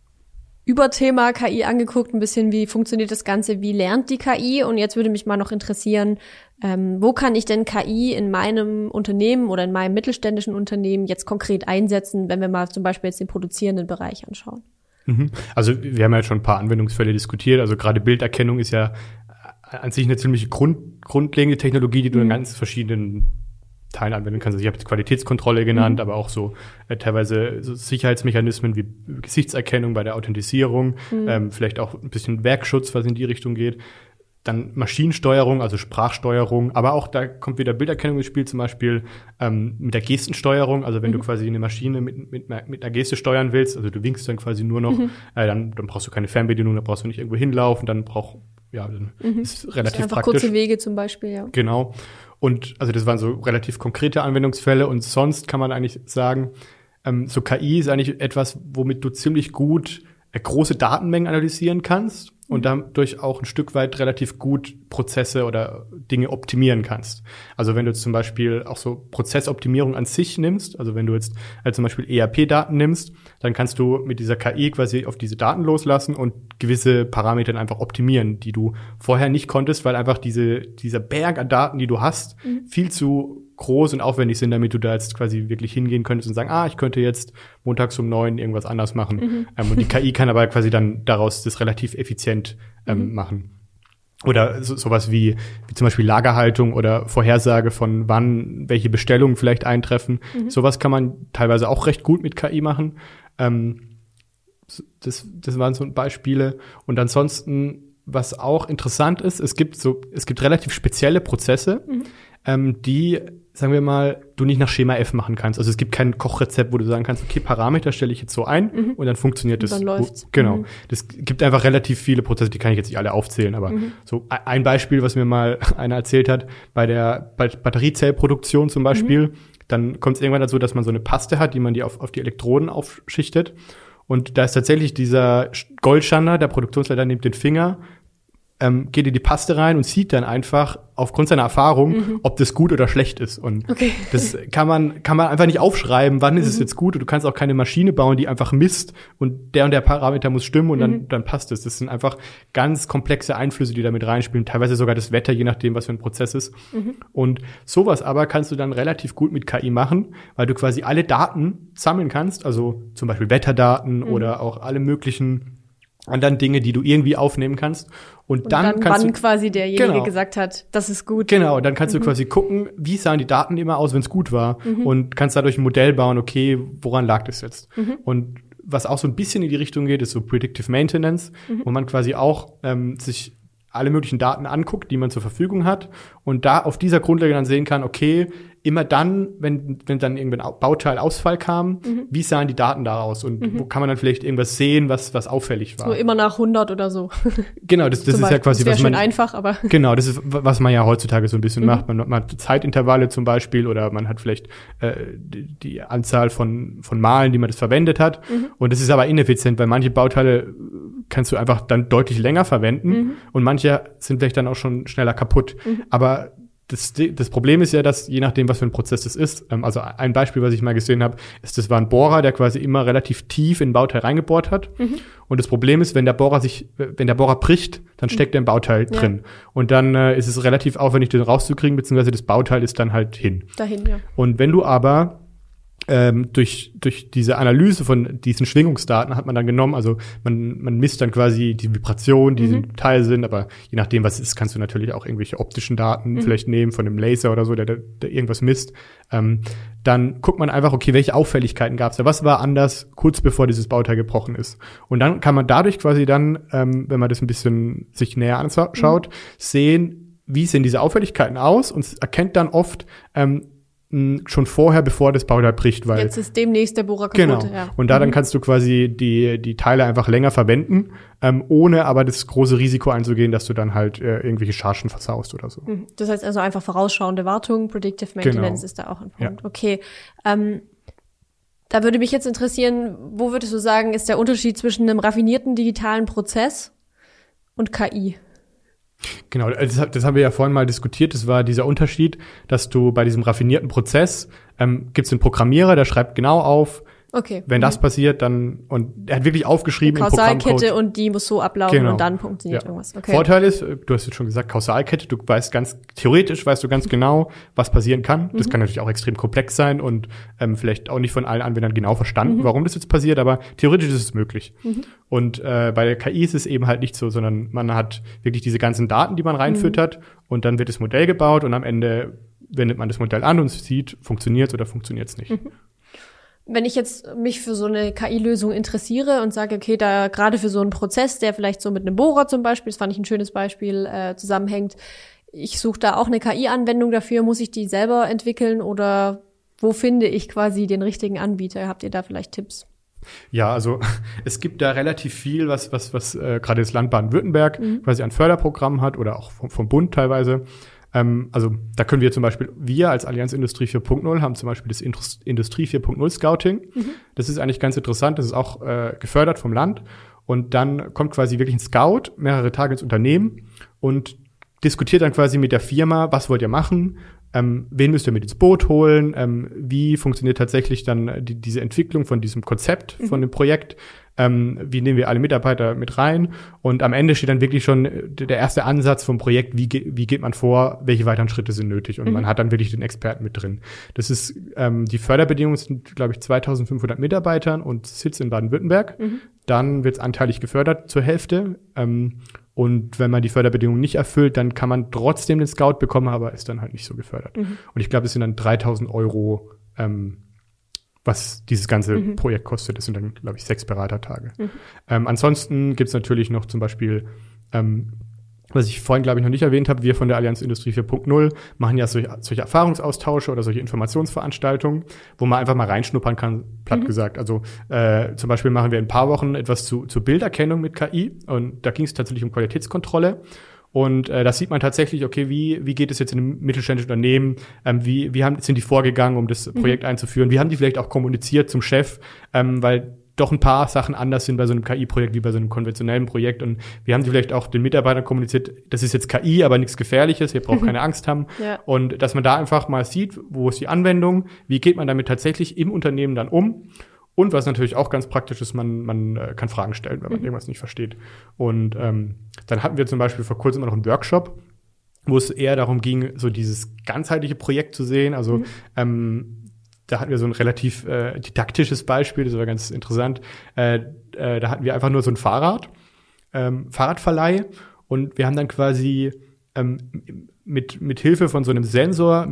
Überthema K I angeguckt, ein bisschen, wie funktioniert das Ganze, wie lernt die K I? Und jetzt würde mich mal noch interessieren, ähm, wo kann ich denn K I in meinem Unternehmen oder in meinem mittelständischen Unternehmen jetzt konkret einsetzen, wenn wir mal zum Beispiel jetzt den produzierenden Bereich anschauen? Mhm. Also wir haben ja schon ein paar Anwendungsfälle diskutiert. Also gerade Bilderkennung ist ja an sich eine ziemlich grund, grundlegende Technologie, die du mhm. in ganz verschiedenen Teilen anwenden kannst. Also ich habe jetzt Qualitätskontrolle genannt, mhm. aber auch so äh, teilweise so Sicherheitsmechanismen wie Gesichtserkennung bei der Authentisierung, mhm. ähm, vielleicht auch ein bisschen Werkschutz, was in die Richtung geht. Dann Maschinensteuerung, also Sprachsteuerung, aber auch da kommt wieder Bilderkennung ins Spiel, zum Beispiel ähm, mit der Gestensteuerung. Also wenn mhm. du quasi eine Maschine mit, mit, mit einer Geste steuern willst, also du winkst dann quasi nur noch, mhm. äh, dann, dann brauchst du keine Fernbedienung, dann brauchst du nicht irgendwo hinlaufen, dann braucht, ja, dann mhm. ist relativ das ist einfach praktisch. Kurze Wege zum Beispiel, ja. Genau. Und also das waren so relativ konkrete Anwendungsfälle und sonst kann man eigentlich sagen, ähm, so K I ist eigentlich etwas, womit du ziemlich gut äh, große Datenmengen analysieren kannst und dadurch auch ein Stück weit relativ gut Prozesse oder Dinge optimieren kannst. Also wenn du jetzt zum Beispiel auch so Prozessoptimierung an sich nimmst, also wenn du jetzt äh, zum Beispiel E R P-Daten nimmst, dann kannst du mit dieser K I quasi auf diese Daten loslassen und gewisse Parameter dann einfach optimieren, die du vorher nicht konntest, weil einfach diese dieser Berg an Daten, die du hast, mhm. viel zu groß und aufwendig sind, damit du da jetzt quasi wirklich hingehen könntest und sagen, ah, ich könnte jetzt montags um neun irgendwas anders machen. Mhm. Ähm, und die K I kann aber quasi dann daraus das relativ effizient ähm, mhm. machen. Oder so, sowas wie, wie zum Beispiel Lagerhaltung oder Vorhersage von wann welche Bestellungen vielleicht eintreffen. Mhm. Sowas kann man teilweise auch recht gut mit K I machen. Ähm, das, das waren so Beispiele. Und ansonsten, was auch interessant ist, es gibt so, es gibt relativ spezielle Prozesse, mhm. ähm, die, sagen wir mal, du nicht nach Schema F machen kannst. Also es gibt kein Kochrezept, wo du sagen kannst, okay, Parameter stelle ich jetzt so ein mhm. und dann funktioniert und das. Dann läuft's. Genau. Mhm. Das gibt einfach relativ viele Prozesse, die kann ich jetzt nicht alle aufzählen, aber mhm. so ein Beispiel, was mir mal einer erzählt hat, bei der bei Batteriezellproduktion zum Beispiel, mhm. dann kommt es irgendwann dazu, dass man so eine Paste hat, die man die auf, auf die Elektroden aufschichtet. Und da ist tatsächlich dieser Goldschander, der Produktionsleiter, nimmt den Finger, ähm, geht in die Paste rein und sieht dann einfach aufgrund seiner Erfahrung, mhm. ob das gut oder schlecht ist. Und okay. das kann man kann man einfach nicht aufschreiben, wann ist mhm. es jetzt gut. Und du kannst auch keine Maschine bauen, die einfach misst und der und der Parameter muss stimmen und dann mhm. dann passt es. Das sind einfach ganz komplexe Einflüsse, die da mit reinspielen. Teilweise sogar das Wetter, je nachdem, was für ein Prozess ist. Mhm. Und sowas aber kannst du dann relativ gut mit K I machen, weil du quasi alle Daten sammeln kannst. Also zum Beispiel Wetterdaten mhm. oder auch alle möglichen anderen Dinge, die du irgendwie aufnehmen kannst. Und, und dann, dann kannst wann du quasi derjenige genau. gesagt hat, das ist gut. Genau, dann kannst mhm. du quasi gucken, wie sahen die Daten immer aus, wenn es gut war. Mhm. Und kannst dadurch ein Modell bauen, okay, woran lag das jetzt? Mhm. Und was auch so ein bisschen in die Richtung geht, ist so Predictive Maintenance, mhm. wo man quasi auch ähm, sich alle möglichen Daten anguckt, die man zur Verfügung hat und da auf dieser Grundlage dann sehen kann, okay, immer dann, wenn wenn dann irgendein Bauteilausfall kam, mhm. wie sahen die Daten da aus und mhm. wo kann man dann vielleicht irgendwas sehen, was was auffällig war. So immer nach hundert oder so. Genau, das, das ist ja quasi, das was man schön einfach, aber genau, das ist was man ja heutzutage so ein bisschen mhm. macht. Man, man hat Zeitintervalle zum Beispiel oder man hat vielleicht äh, die, die Anzahl von von Malen, die man das verwendet hat. Mhm. Und das ist aber ineffizient, weil manche Bauteile kannst du einfach dann deutlich länger verwenden mhm. und manche sind vielleicht dann auch schon schneller kaputt. Mhm. Aber Das, das Problem ist ja, dass je nachdem, was für ein Prozess das ist, ähm, also ein Beispiel, was ich mal gesehen habe, ist, das war ein Bohrer, der quasi immer relativ tief in ein Bauteil reingebohrt hat. Mhm. Und das Problem ist, wenn der Bohrer sich, wenn der Bohrer bricht, dann steckt mhm. er im Bauteil ja. drin. Und dann äh, ist es relativ aufwendig, den rauszukriegen, beziehungsweise das Bauteil ist dann halt hin. Dahin, ja. Und wenn du aber Ähm, durch durch diese Analyse von diesen Schwingungsdaten hat man dann genommen, also man man misst dann quasi die Vibration, die mhm. im Teil sind, aber je nachdem, was es ist, kannst du natürlich auch irgendwelche optischen Daten mhm. vielleicht nehmen von einem Laser oder so, der, der, der irgendwas misst. Ähm, dann guckt man einfach, okay, welche Auffälligkeiten gab es da? Was war anders kurz bevor dieses Bauteil gebrochen ist? Und dann kann man dadurch quasi dann, ähm, wenn man das ein bisschen sich näher anschaut, mhm. sehen, wie sehen diese Auffälligkeiten aus und erkennt dann oft ähm, schon vorher, bevor das Bauteil bricht, weil jetzt ist demnächst der Bohrer kaputt. Genau. Ja. Und da mhm. dann kannst du quasi die die Teile einfach länger verwenden, ähm, ohne aber das große Risiko einzugehen, dass du dann halt äh, irgendwelche Chargen versaust oder so. Das heißt also einfach vorausschauende Wartung, Predictive Maintenance genau. ist da auch ein Punkt. Ja. Okay. Ähm, da würde mich jetzt interessieren, wo würdest du sagen, ist der Unterschied zwischen einem raffinierten digitalen Prozess und K I? Genau, das, das haben wir ja vorhin mal diskutiert. Das war dieser Unterschied, dass du bei diesem raffinierten Prozess ähm, gibt es einen Programmierer, der schreibt genau auf, okay. wenn mhm. das passiert, dann und er hat wirklich aufgeschrieben im Programmcode. Kausalkette und die muss so ablaufen genau. und dann funktioniert ja. irgendwas. Okay. Vorteil ist, du hast jetzt schon gesagt, Kausalkette, du weißt ganz, theoretisch weißt du ganz genau, was passieren kann. Das mhm. kann natürlich auch extrem komplex sein und ähm, vielleicht auch nicht von allen Anwendern genau verstanden, mhm. warum das jetzt passiert, aber theoretisch ist es möglich. Mhm. Und äh, bei der K I ist es eben halt nicht so, sondern man hat wirklich diese ganzen Daten, die man reinfüttert mhm. und dann wird das Modell gebaut und am Ende wendet man das Modell an und sieht, funktioniert es oder funktioniert es nicht. Mhm. Wenn ich jetzt mich für so eine K I-Lösung interessiere und sage, okay, da gerade für so einen Prozess, der vielleicht so mit einem Bohrer zum Beispiel, das fand ich ein schönes Beispiel, äh, zusammenhängt, ich suche da auch eine K I-Anwendung dafür, muss ich die selber entwickeln oder wo finde ich quasi den richtigen Anbieter? Habt ihr da vielleicht Tipps? Ja, also es gibt da relativ viel, was was was äh, gerade das Land Baden-Württemberg mhm. quasi an Förderprogrammen hat oder auch vom, vom Bund teilweise. Ähm, also da können wir zum Beispiel, wir als Allianz Industrie vier Punkt null haben zum Beispiel das Industrie vier Punkt null Scouting. Mhm. Das ist eigentlich ganz interessant, das ist auch äh, gefördert vom Land. Und dann kommt quasi wirklich ein Scout mehrere Tage ins Unternehmen und diskutiert dann quasi mit der Firma, was wollt ihr machen, ähm, wen müsst ihr mit ins Boot holen, ähm, wie funktioniert tatsächlich dann die, diese Entwicklung von diesem Konzept, mhm. von dem Projekt, ähm, wie nehmen wir alle Mitarbeiter mit rein und am Ende steht dann wirklich schon der erste Ansatz vom Projekt, wie, ge- wie geht man vor, welche weiteren Schritte sind nötig und mhm. man hat dann wirklich den Experten mit drin. Das ist, ähm, die Förderbedingungen sind, glaube ich, zweitausendfünfhundert Mitarbeitern und Sitz in Baden-Württemberg. Mhm. Dann wird es anteilig gefördert zur Hälfte. Ähm, Und wenn man die Förderbedingungen nicht erfüllt, dann kann man trotzdem den Scout bekommen, aber ist dann halt nicht so gefördert. Mhm. Und ich glaube, es sind dann dreitausend Euro, ähm, was dieses ganze mhm. Projekt kostet. Das sind dann, glaube ich, sechs Beratertage. Mhm. Ähm, ansonsten gibt's natürlich noch zum Beispiel, ähm, was ich vorhin, glaube ich, noch nicht erwähnt habe, wir von der Allianz Industrie vier Punkt null machen ja solche, solche Erfahrungsaustausche oder solche Informationsveranstaltungen, wo man einfach mal reinschnuppern kann, platt mhm. gesagt. Also äh, zum Beispiel machen wir in ein paar Wochen etwas zu, zur Bilderkennung mit K I und da ging es tatsächlich um Qualitätskontrolle. Und äh, da sieht man tatsächlich, okay, wie wie geht es jetzt in einem mittelständischen Unternehmen, ähm, wie wie haben sind die vorgegangen, um das Projekt mhm. einzuführen, wie haben die vielleicht auch kommuniziert zum Chef, ähm, weil doch ein paar Sachen anders sind bei so einem K I-Projekt wie bei so einem konventionellen Projekt. Und wir haben die vielleicht auch den Mitarbeitern kommuniziert, das ist jetzt K I, aber nichts Gefährliches, ihr braucht keine Angst haben. Ja. Und dass man da einfach mal sieht, wo ist die Anwendung, wie geht man damit tatsächlich im Unternehmen dann um. Und was natürlich auch ganz praktisch ist, man man äh, kann Fragen stellen, wenn man mhm. irgendwas nicht versteht. Und ähm, dann hatten wir zum Beispiel vor kurzem noch einen Workshop, wo es eher darum ging, so dieses ganzheitliche Projekt zu sehen. Also mhm. ähm, da hatten wir so ein relativ äh, didaktisches Beispiel, das war ganz interessant. Äh, äh, da hatten wir einfach nur so ein Fahrrad, ähm, Fahrradverleih, und wir haben dann quasi ähm, mit mit Hilfe von so einem Sensor,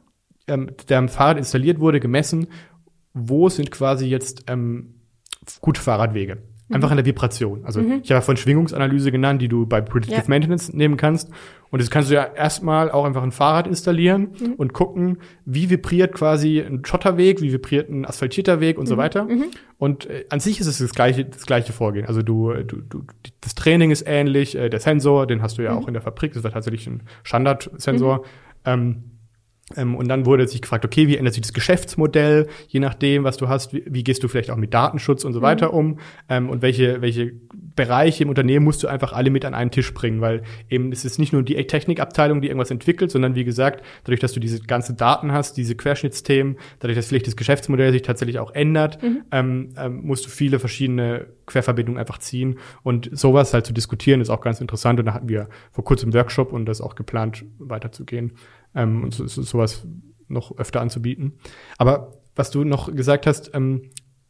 ähm, der am Fahrrad installiert wurde, gemessen, wo sind quasi jetzt ähm, gute Fahrradwege. Einfach an der Vibration. Also mhm. ich habe ja von Schwingungsanalyse genannt, die du bei Predictive ja. Maintenance nehmen kannst. Und das kannst du ja erstmal auch einfach ein Fahrrad installieren mhm. und gucken, wie vibriert quasi ein Schotterweg, wie vibriert ein asphaltierter Weg und mhm. so weiter. Mhm. Und äh, an sich ist es das gleiche, das gleiche Vorgehen. Also du, du, du, das Training ist ähnlich, äh, der Sensor, den hast du ja mhm. auch in der Fabrik. Das war tatsächlich ein Standardsensor. Mhm. Ähm, Ähm, und dann wurde sich gefragt, okay, wie ändert sich das Geschäftsmodell, je nachdem, was du hast, wie, wie gehst du vielleicht auch mit Datenschutz und so weiter um, ähm, und welche welche Bereiche im Unternehmen musst du einfach alle mit an einen Tisch bringen, weil eben es ist nicht nur die Technikabteilung, die irgendwas entwickelt, sondern wie gesagt, dadurch, dass du diese ganzen Daten hast, diese Querschnittsthemen, dadurch, dass vielleicht das Geschäftsmodell sich tatsächlich auch ändert, mhm. ähm, ähm, musst du viele verschiedene Querverbindungen einfach ziehen, und sowas halt zu diskutieren ist auch ganz interessant, und da hatten wir vor kurzem einen Workshop und das ist auch geplant, weiterzugehen. Ähm, und so, so, sowas noch öfter anzubieten. Aber was du noch gesagt hast, ähm,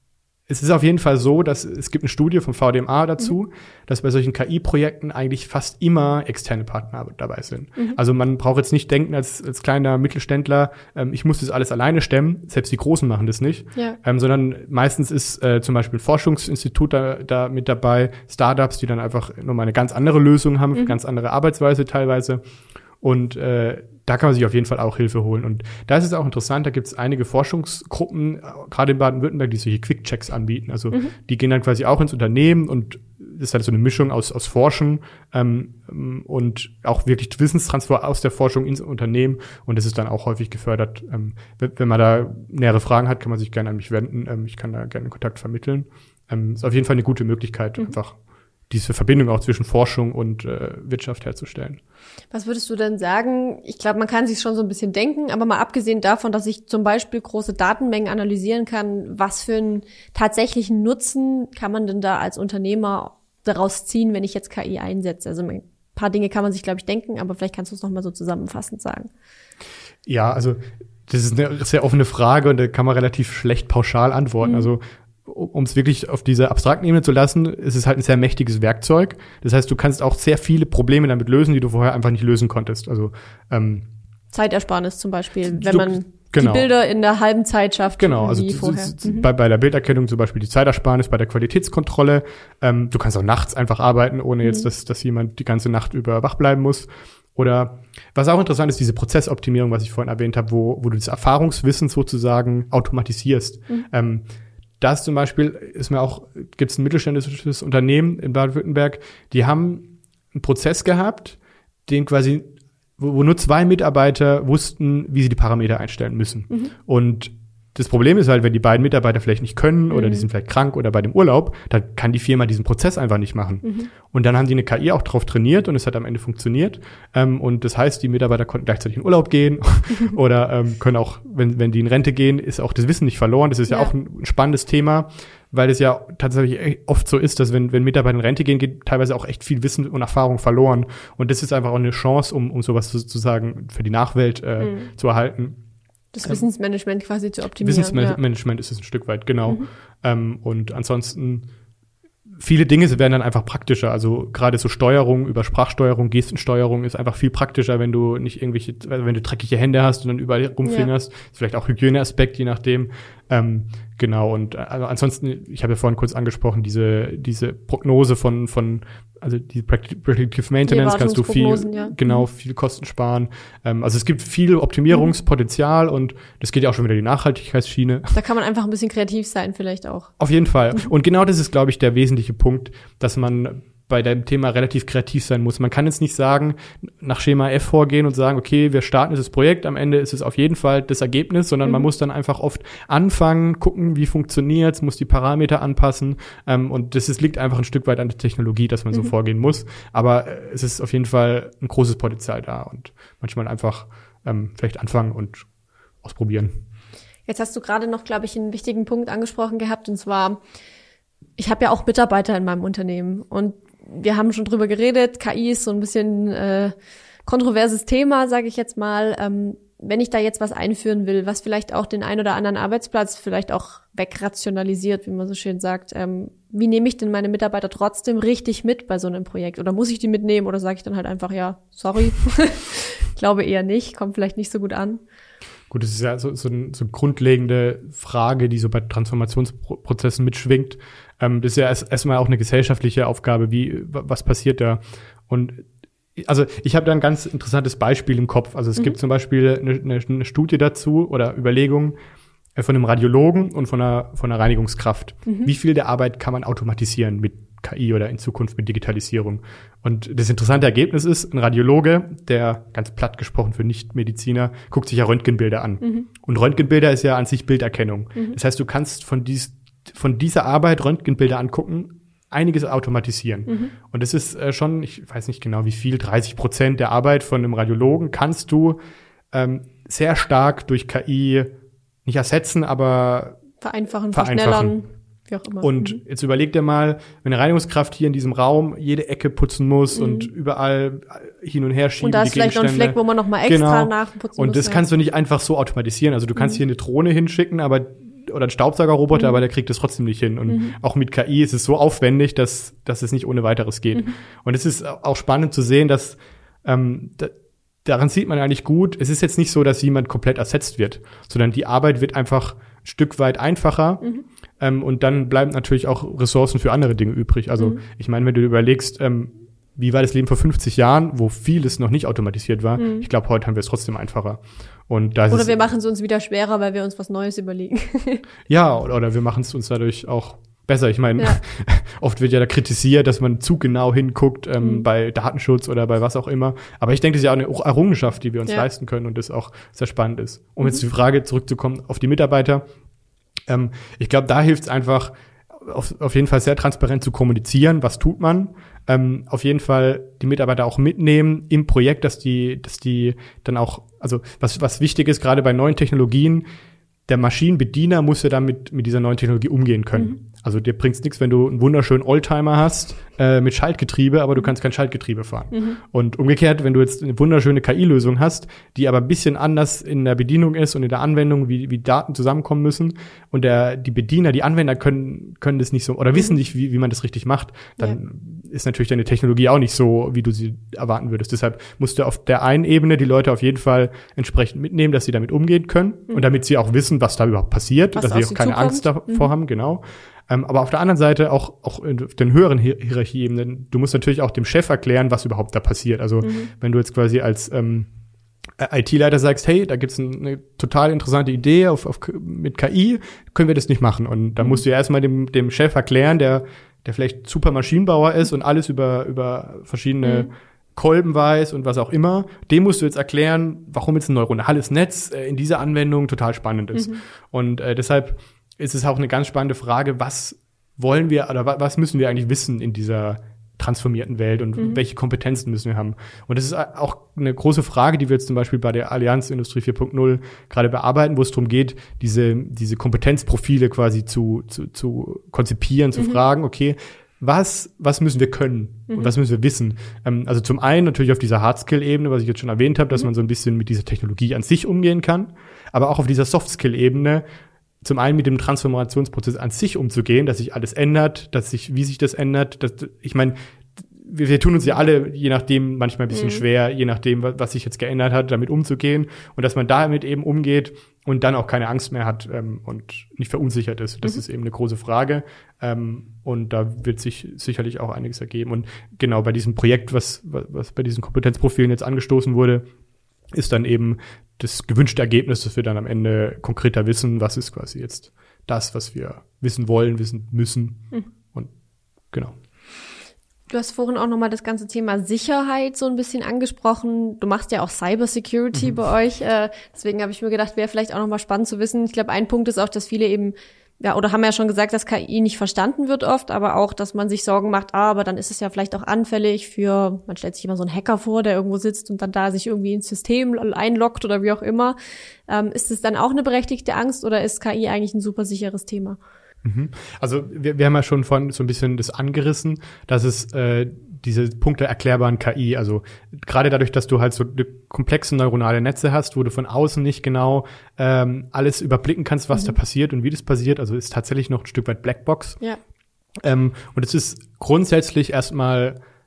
es ist auf jeden Fall so, dass es gibt eine Studie vom V D M A dazu, mhm. dass bei solchen K I-Projekten eigentlich fast immer externe Partner dabei sind. Mhm. Also man braucht jetzt nicht denken als, als kleiner Mittelständler, ähm, ich muss das alles alleine stemmen, selbst die Großen machen das nicht, ja. ähm, sondern meistens ist äh, zum Beispiel ein Forschungsinstitut da, da mit dabei, Startups, die dann einfach nochmal eine ganz andere Lösung haben, mhm. ganz andere Arbeitsweise teilweise. Und äh, da kann man sich auf jeden Fall auch Hilfe holen. Und da ist es auch interessant, da gibt es einige Forschungsgruppen, gerade in Baden-Württemberg, die solche Quick-Checks anbieten. Also mhm. die gehen dann quasi auch ins Unternehmen, und das ist halt so eine Mischung aus aus Forschen ähm, und auch wirklich Wissenstransfer aus der Forschung ins Unternehmen. Und das ist dann auch häufig gefördert. Ähm, wenn man da nähere Fragen hat, kann man sich gerne an mich wenden. Ähm, ich kann da gerne Kontakt vermitteln. Ähm, ist auf jeden Fall eine gute Möglichkeit, mhm. einfach diese Verbindung auch zwischen Forschung und äh, Wirtschaft herzustellen. Was würdest du denn sagen? Ich glaube, man kann sich schon so ein bisschen denken, aber mal abgesehen davon, dass ich zum Beispiel große Datenmengen analysieren kann, was für einen tatsächlichen Nutzen kann man denn da als Unternehmer daraus ziehen, wenn ich jetzt K I einsetze? Also ein paar Dinge kann man sich, glaube ich, denken, aber vielleicht kannst du es noch mal so zusammenfassend sagen. Ja, also das ist eine sehr offene Frage, und da kann man relativ schlecht pauschal antworten. Mhm. Also um es wirklich auf diese abstrakten Ebene zu lassen, ist es halt ein sehr mächtiges Werkzeug. Das heißt, du kannst auch sehr viele Probleme damit lösen, die du vorher einfach nicht lösen konntest. Also ähm, Zeitersparnis zum Beispiel, wenn man genau. die Bilder in der halben Zeit schafft. Genau, also wie vorher. Mhm. bei, bei der Bilderkennung zum Beispiel die Zeitersparnis, bei der Qualitätskontrolle. Ähm, du kannst auch nachts einfach arbeiten, ohne jetzt, mhm. dass, dass jemand die ganze Nacht über wach bleiben muss. Oder was auch interessant ist, diese Prozessoptimierung, was ich vorhin erwähnt habe, wo, wo du das Erfahrungswissen sozusagen automatisierst. Mhm. Ähm, Das zum Beispiel ist mir auch, gibt es ein mittelständisches Unternehmen in Baden-Württemberg, die haben einen Prozess gehabt, den quasi, wo, wo nur zwei Mitarbeiter wussten, wie sie die Parameter einstellen müssen. Mhm. Und das Problem ist halt, wenn die beiden Mitarbeiter vielleicht nicht können oder mhm. die sind vielleicht krank oder bei dem Urlaub, dann kann die Firma diesen Prozess einfach nicht machen. Mhm. Und dann haben die eine K I auch drauf trainiert, und es hat am Ende funktioniert. Ähm, und das heißt, die Mitarbeiter konnten gleichzeitig in Urlaub gehen oder ähm, können auch, wenn wenn die in Rente gehen, ist auch das Wissen nicht verloren. Das ist ja, ja auch ein spannendes Thema, weil es ja tatsächlich oft so ist, dass wenn wenn Mitarbeiter in Rente gehen, geht teilweise auch echt viel Wissen und Erfahrung verloren. Und das ist einfach auch eine Chance, um um sowas sozusagen für die Nachwelt äh, mhm. zu erhalten. Das Wissensmanagement quasi zu optimieren. Wissensmanagement ja. ist es ein Stück weit, genau. Mhm. Ähm, und ansonsten, viele Dinge werden dann einfach praktischer. Also gerade so Steuerung über Sprachsteuerung, Gestensteuerung ist einfach viel praktischer, wenn du nicht irgendwelche, wenn du dreckige Hände hast und dann überall rumfingerst. Ja. Ist vielleicht auch Hygieneaspekt, je nachdem. Ähm, genau, und also ansonsten, ich habe ja vorhin kurz angesprochen, diese diese Prognose von von also die Predictive Maintenance, kannst du viel ja. genau viel Kosten sparen. Ähm, also es gibt viel Optimierungspotenzial, mhm. und das geht ja auch schon wieder die Nachhaltigkeitsschiene. Da kann man einfach ein bisschen kreativ sein, vielleicht auch. Auf jeden Fall. Und genau das ist, glaube ich, der wesentliche Punkt, dass man bei dem Thema relativ kreativ sein muss. Man kann jetzt nicht sagen, nach Schema F vorgehen und sagen, okay, wir starten dieses Projekt, am Ende ist es auf jeden Fall das Ergebnis, sondern mhm. man muss dann einfach oft anfangen, gucken, wie funktioniert's, muss die Parameter anpassen, ähm, und das ist, liegt einfach ein Stück weit an der Technologie, dass man mhm. so vorgehen muss. Aber äh, es ist auf jeden Fall ein großes Potenzial da, und manchmal einfach ähm, vielleicht anfangen und ausprobieren. Jetzt hast du gerade noch, glaube ich, einen wichtigen Punkt angesprochen gehabt, und zwar, ich habe ja auch Mitarbeiter in meinem Unternehmen, und wir haben schon drüber geredet, K I ist so ein bisschen äh, kontroverses Thema, sage ich jetzt mal. Ähm, wenn ich da jetzt was einführen will, was vielleicht auch den ein oder anderen Arbeitsplatz vielleicht auch wegrationalisiert, wie man so schön sagt, ähm, wie nehme ich denn meine Mitarbeiter trotzdem richtig mit bei so einem Projekt? Oder muss ich die mitnehmen, oder sage ich dann halt einfach, ja, sorry, glaube eher nicht, kommt vielleicht nicht so gut an. Gut, das ist ja so, so, ein, so eine grundlegende Frage, die so bei Transformationsprozessen mitschwingt. Ähm, das ist ja erst erstmal auch eine gesellschaftliche Aufgabe, wie was passiert da? Und also ich habe da ein ganz interessantes Beispiel im Kopf. Also es mhm. gibt zum Beispiel eine, eine, eine Studie dazu oder Überlegungen äh, von einem Radiologen und von einer, von einer Reinigungskraft. Mhm. Wie viel der Arbeit kann man automatisieren mit K I oder in Zukunft mit Digitalisierung? Und das interessante Ergebnis ist, ein Radiologe, der ganz platt gesprochen für Nichtmediziner, guckt sich ja Röntgenbilder an. Mhm. Und Röntgenbilder ist ja an sich Bilderkennung. Mhm. Das heißt, du kannst von, dies, von dieser Arbeit Röntgenbilder angucken, einiges automatisieren. Mhm. Und das ist äh, schon, ich weiß nicht genau wie viel, dreißig Prozent der Arbeit von einem Radiologen kannst du ähm, sehr stark durch K I nicht ersetzen, aber vereinfachen, vereinfachen. verschnellern, wie auch immer. Und mhm. jetzt überleg dir mal, wenn eine Reinigungskraft hier in diesem Raum jede Ecke putzen muss mhm. und überall hin und her schieben. Und da ist vielleicht noch ein Fleck, wo man noch mal extra genau. nachputzen und muss. Und das ja. kannst du nicht einfach so automatisieren. Also du kannst mhm. hier eine Drohne hinschicken, aber oder ein Staubsaugerroboter, mhm. aber der kriegt das trotzdem nicht hin. Und mhm. auch mit K I ist es so aufwendig, dass, dass es nicht ohne weiteres geht. Mhm. Und es ist auch spannend zu sehen, dass ähm, da, daran sieht man eigentlich gut, es ist jetzt nicht so, dass jemand komplett ersetzt wird, sondern die Arbeit wird einfach ein Stück weit einfacher. Mhm. Ähm, und dann bleiben natürlich auch Ressourcen für andere Dinge übrig. Also mhm. ich meine, wenn du überlegst, ähm, wie war das Leben vor fünfzig Jahren, wo vieles noch nicht automatisiert war, mhm. ich glaube, heute haben wir es trotzdem einfacher. Und da oder ist wir machen es uns wieder schwerer, weil wir uns was Neues überlegen. Ja, oder, oder wir machen es uns dadurch auch besser. Ich meine, ja. oft wird ja da kritisiert, dass man zu genau hinguckt ähm, mhm. bei Datenschutz oder bei was auch immer. Aber ich denke, das ist ja auch eine Errungenschaft, die wir uns ja. leisten können und das auch sehr spannend ist. Um mhm. jetzt die Frage zurückzukommen auf die Mitarbeiter. Ähm, ich glaube, da hilft es einfach, auf, auf jeden Fall sehr transparent zu kommunizieren, was tut man. Ähm, auf jeden Fall die Mitarbeiter auch mitnehmen im Projekt, dass die, dass die dann auch, also was, was wichtig ist, gerade bei neuen Technologien, der Maschinenbediener muss ja damit mit dieser neuen Technologie umgehen können. Mhm. Also dir bringt's nichts, wenn du einen wunderschönen Oldtimer hast äh, mit Schaltgetriebe, aber du kannst kein Schaltgetriebe fahren. Mhm. Und umgekehrt, wenn du jetzt eine wunderschöne K I-Lösung hast, die aber ein bisschen anders in der Bedienung ist und in der Anwendung, wie, wie Daten zusammenkommen müssen und der die Bediener, die Anwender können können das nicht so oder mhm. wissen nicht, wie, wie man das richtig macht, dann ja. ist natürlich deine Technologie auch nicht so, wie du sie erwarten würdest. Deshalb musst du auf der einen Ebene die Leute auf jeden Fall entsprechend mitnehmen, dass sie damit umgehen können mhm. und damit sie auch wissen, was da überhaupt passiert, was dass sie auch keine zukommt. Angst davor mhm. haben, genau. Ähm, aber auf der anderen Seite auch auch in den höheren Hier- Hierarchieebenen, du musst natürlich auch dem Chef erklären, was überhaupt da passiert. Also mhm. wenn du jetzt quasi als ähm, I T-Leiter sagst, hey, da gibt's ein, eine total interessante Idee auf, auf mit K I, können wir das nicht machen. Und da mhm. musst du ja erstmal dem dem Chef erklären, der der vielleicht super Maschinenbauer ist und alles über über verschiedene mhm. Kolben weiß und was auch immer, dem musst du jetzt erklären, warum jetzt ein neuronales Netz äh, in dieser Anwendung total spannend ist. Mhm. Und äh, deshalb ist es auch eine ganz spannende Frage, was wollen wir oder was müssen wir eigentlich wissen in dieser transformierten Welt und mhm. welche Kompetenzen müssen wir haben. Und das ist auch eine große Frage, die wir jetzt zum Beispiel bei der Allianz Industrie vier Punkt null gerade bearbeiten, wo es darum geht, diese diese Kompetenzprofile quasi zu zu, zu konzipieren, zu mhm. fragen, okay, was was müssen wir können mhm. und was müssen wir wissen? Ähm, also zum einen natürlich auf dieser Hard-Skill-Ebene, was ich jetzt schon erwähnt habe, dass mhm. man so ein bisschen mit dieser Technologie an sich umgehen kann, aber auch auf dieser Soft-Skill-Ebene zum einen mit dem Transformationsprozess an sich umzugehen, dass sich alles ändert, dass sich, wie sich das ändert. Dass, ich meine, wir, wir tun uns ja alle, je nachdem, manchmal ein bisschen mhm. schwer, je nachdem, was, was sich jetzt geändert hat, damit umzugehen. Und dass man damit eben umgeht und dann auch keine Angst mehr hat ähm, und nicht verunsichert ist. Das mhm. ist eben eine große Frage. Ähm, und da wird sich sicherlich auch einiges ergeben. Und genau bei diesem Projekt, was, was, was bei diesen Kompetenzprofilen jetzt angestoßen wurde, ist dann eben das gewünschte Ergebnis, dass wir dann am Ende konkreter wissen, was ist quasi jetzt das, was wir wissen wollen, wissen müssen. Mhm. Und genau. Du hast vorhin auch nochmal das ganze Thema Sicherheit so ein bisschen angesprochen. Du machst ja auch Cybersecurity mhm. bei euch. Äh, deswegen habe ich mir gedacht, wäre vielleicht auch nochmal spannend zu wissen. Ich glaube, ein Punkt ist auch, dass viele eben ja, oder haben ja schon gesagt, dass K I nicht verstanden wird oft, aber auch, dass man sich Sorgen macht, ah, aber dann ist es ja vielleicht auch anfällig für, man stellt sich immer so einen Hacker vor, der irgendwo sitzt und dann da sich irgendwie ins System einloggt oder wie auch immer. Ähm, ist es dann auch eine berechtigte Angst oder ist K I eigentlich ein super sicheres Thema? Also wir, wir haben ja schon vorhin so ein bisschen das angerissen, dass es äh, diese Punkte erklärbaren K I, also gerade dadurch, dass du halt so komplexe neuronale Netze hast, wo du von außen nicht genau ähm, alles überblicken kannst, was mhm. da passiert und wie das passiert, also ist tatsächlich noch ein Stück weit Blackbox. Ja. Ähm, und es ist grundsätzlich erstmal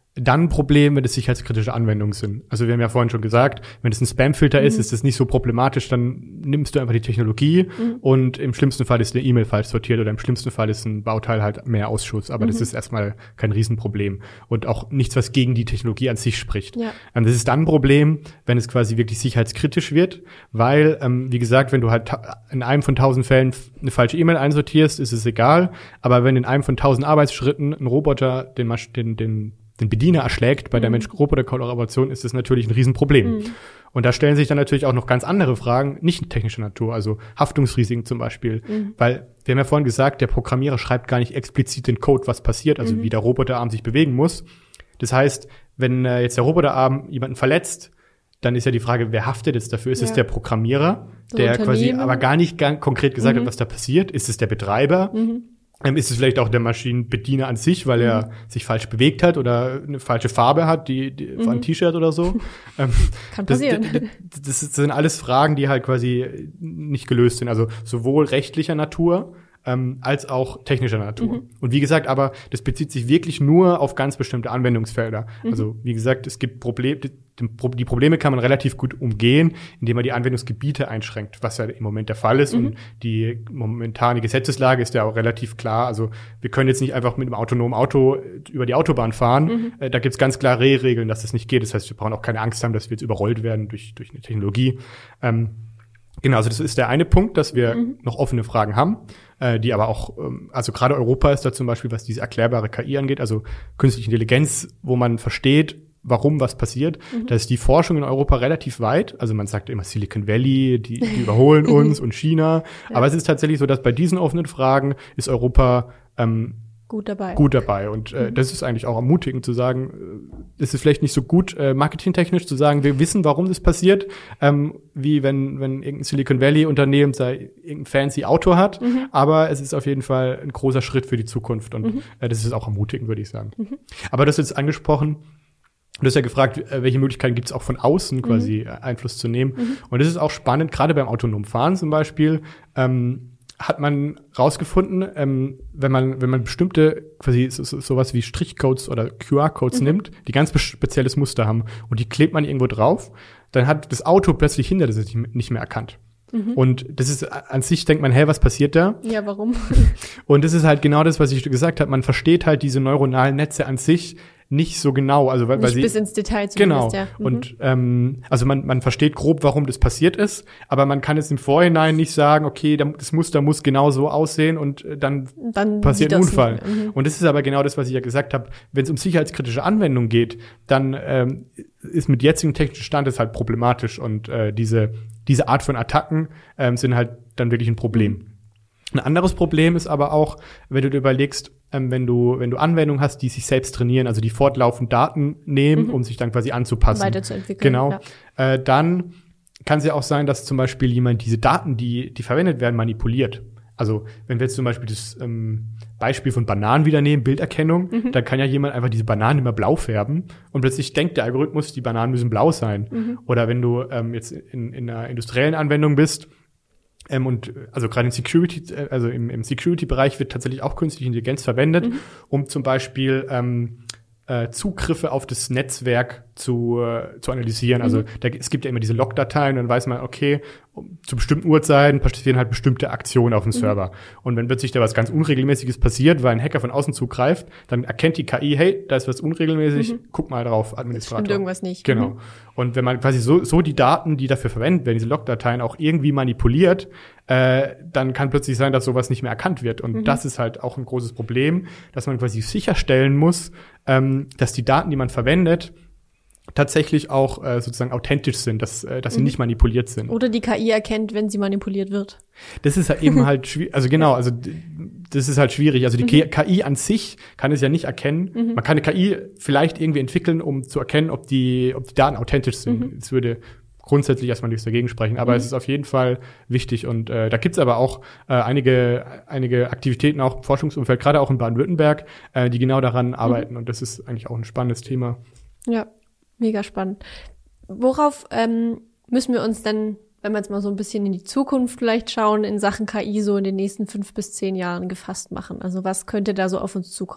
dann ein Problem, wenn es sicherheitskritische Anwendungen sind. Also wir haben ja vorhin schon gesagt, wenn es ein Spamfilter mhm. ist, ist es nicht so problematisch, dann nimmst du einfach die Technologie mhm. und im schlimmsten Fall ist eine E-Mail falsch sortiert oder im schlimmsten Fall ist ein Bauteil halt mehr Ausschuss. Aber mhm. das ist erstmal kein Riesenproblem und auch nichts, was gegen die Technologie an sich spricht. Ja. Und das ist dann ein Problem, wenn es quasi wirklich sicherheitskritisch wird, weil, ähm, wie gesagt, wenn du halt in einem von tausend Fällen eine falsche E-Mail einsortierst, ist es egal. Aber wenn in einem von tausend Arbeitsschritten ein Roboter den, Masch- den, den den Bediener erschlägt bei mhm. der Mensch-Roboter-Kollaboration, ist das natürlich ein Riesenproblem. Mhm. Und da stellen sich dann natürlich auch noch ganz andere Fragen, nicht technischer Natur, also Haftungsrisiken zum Beispiel. Mhm. Weil, wir haben ja vorhin gesagt, der Programmierer schreibt gar nicht explizit den Code, was passiert, also mhm. wie der Roboterarm sich bewegen muss. Das heißt, wenn äh, jetzt der Roboterarm jemanden verletzt, dann ist ja die Frage, wer haftet jetzt dafür? Ist ja. es der Programmierer, so der quasi aber gar nicht ganz konkret gesagt mhm. hat, was da passiert? Ist es der Betreiber? Mhm. Ähm, ist es vielleicht auch der Maschinenbediener an sich, weil mhm. er sich falsch bewegt hat oder eine falsche Farbe hat, die, die mhm. ein T-Shirt oder so? ähm, Kann passieren. Das, das, das, das sind alles Fragen, die halt quasi nicht gelöst sind. Also sowohl rechtlicher Natur ähm, als auch technischer Natur. Mhm. Und wie gesagt, aber das bezieht sich wirklich nur auf ganz bestimmte Anwendungsfelder. Mhm. Also wie gesagt, es gibt Probleme, die Probleme kann man relativ gut umgehen, indem man die Anwendungsgebiete einschränkt, was ja im Moment der Fall ist. Mhm. Und die momentane Gesetzeslage ist ja auch relativ klar. Also wir können jetzt nicht einfach mit einem autonomen Auto über die Autobahn fahren. Mhm. Äh, da gibt's ganz klare Regeln, dass das nicht geht. Das heißt, wir brauchen auch keine Angst haben, dass wir jetzt überrollt werden durch, durch eine Technologie. Ähm, Genau, also das ist der eine Punkt, dass wir mhm. noch offene Fragen haben, äh, die aber auch, ähm, also gerade Europa ist da zum Beispiel, was diese erklärbare K I angeht, also künstliche Intelligenz, wo man versteht, warum was passiert. Mhm. Da ist die Forschung in Europa relativ weit. Also man sagt immer Silicon Valley, die, die überholen uns und China. Ja. Aber es ist tatsächlich so, dass bei diesen offenen Fragen ist Europa ähm, Gut dabei. Gut dabei. Und äh, mhm. das ist eigentlich auch ermutigend zu sagen, äh, es ist vielleicht nicht so gut äh, marketingtechnisch zu sagen, wir wissen, warum das passiert, ähm, wie wenn wenn irgendein Silicon Valley Unternehmen sei irgendein fancy Auto hat, mhm. aber es ist auf jeden Fall ein großer Schritt für die Zukunft und mhm. äh, das ist auch ermutigend, würde ich sagen. Mhm. Aber das ist jetzt angesprochen, du hast ja gefragt, welche Möglichkeiten gibt es auch von außen quasi mhm. Einfluss zu nehmen. Mhm. Und das ist auch spannend, gerade beim autonomen Fahren zum Beispiel, ähm, hat man rausgefunden, ähm, wenn man wenn man bestimmte quasi so, so, sowas wie Strichcodes oder Q R-Codes mhm. nimmt, die ganz spezielles Muster haben und die klebt man irgendwo drauf, dann hat das Auto plötzlich hinter das nicht mehr erkannt. Mhm. Und das ist an sich, denkt man, hä, was passiert da? Ja, warum? Und das ist halt genau das, was ich gesagt habe. Man versteht halt diese neuronalen Netze an sich nicht so genau, also weil, nicht weil sie bis ins Detail zumindest, genau. Ja. Mhm. Und ähm, also man man versteht grob, warum das passiert ist, aber man kann es im Vorhinein nicht sagen, okay, das Muster muss genau so aussehen und dann, dann passiert ein Unfall. Mhm. Und das ist aber genau das, was ich ja gesagt habe. Wenn es um sicherheitskritische Anwendungen geht, dann ähm, ist mit jetzigem technischen Stand ist halt problematisch und äh, diese diese Art von Attacken ähm, sind halt dann wirklich ein Problem. Ein anderes Problem ist aber auch, wenn du dir überlegst, ähm, wenn du wenn du Anwendungen hast, die sich selbst trainieren, also die fortlaufend Daten nehmen, mhm. um sich dann quasi anzupassen. Weiterzuentwickeln. Genau. Ja. Äh, dann kann es ja auch sein, dass zum Beispiel jemand diese Daten, die die verwendet werden, manipuliert. Also wenn wir jetzt zum Beispiel das ähm, Beispiel von Bananen wieder nehmen, Bilderkennung, mhm. dann kann ja jemand einfach diese Bananen immer blau färben und plötzlich denkt der Algorithmus, die Bananen müssen blau sein. Mhm. Oder wenn du ähm, jetzt in, in einer industriellen Anwendung bist, Ähm, und also gerade im Security, also im, im Security-Bereich wird tatsächlich auch künstliche Intelligenz verwendet, mhm. um zum Beispiel ähm, äh, Zugriffe auf das Netzwerk zu äh, zu analysieren. Mhm. Also da, es gibt ja immer diese Log-Dateien, und dann weiß man, okay, um, zu bestimmten Uhrzeiten passieren halt bestimmte Aktionen auf dem mhm. Server. Und wenn plötzlich da was ganz Unregelmäßiges passiert, weil ein Hacker von außen zugreift, dann erkennt die K I, hey, da ist was unregelmäßig, mhm. guck mal drauf, Administrator. Stimmt irgendwas nicht. Genau. Mhm. Und wenn man quasi so so die Daten, die dafür verwendet werden, diese Log-Dateien auch irgendwie manipuliert, äh, dann kann plötzlich sein, dass sowas nicht mehr erkannt wird. Und mhm. das ist halt auch ein großes Problem, dass man quasi sicherstellen muss, ähm, dass die Daten, die man verwendet, tatsächlich auch äh, sozusagen authentisch sind, dass äh, dass mhm. sie nicht manipuliert sind. Oder die K I erkennt, wenn sie manipuliert wird. Das ist halt eben halt schwierig, also genau, also das ist halt schwierig. Also die mhm. K I an sich kann es ja nicht erkennen. Mhm. Man kann eine K I vielleicht irgendwie entwickeln, um zu erkennen, ob die ob die Daten authentisch sind. Es mhm. würde grundsätzlich erstmal nichts dagegen sprechen, aber mhm. es ist auf jeden Fall wichtig. Und äh, da gibt's aber auch äh, einige einige Aktivitäten, auch im Forschungsumfeld, gerade auch in Baden-Württemberg, äh, die genau daran arbeiten. Und das ist eigentlich auch ein spannendes Thema. Ja. Mega spannend. Worauf ähm, müssen wir uns denn, wenn wir jetzt mal so ein bisschen in die Zukunft vielleicht schauen, in Sachen K I so in den nächsten fünf bis zehn Jahren gefasst machen? Also was könnte da so auf uns zukommen?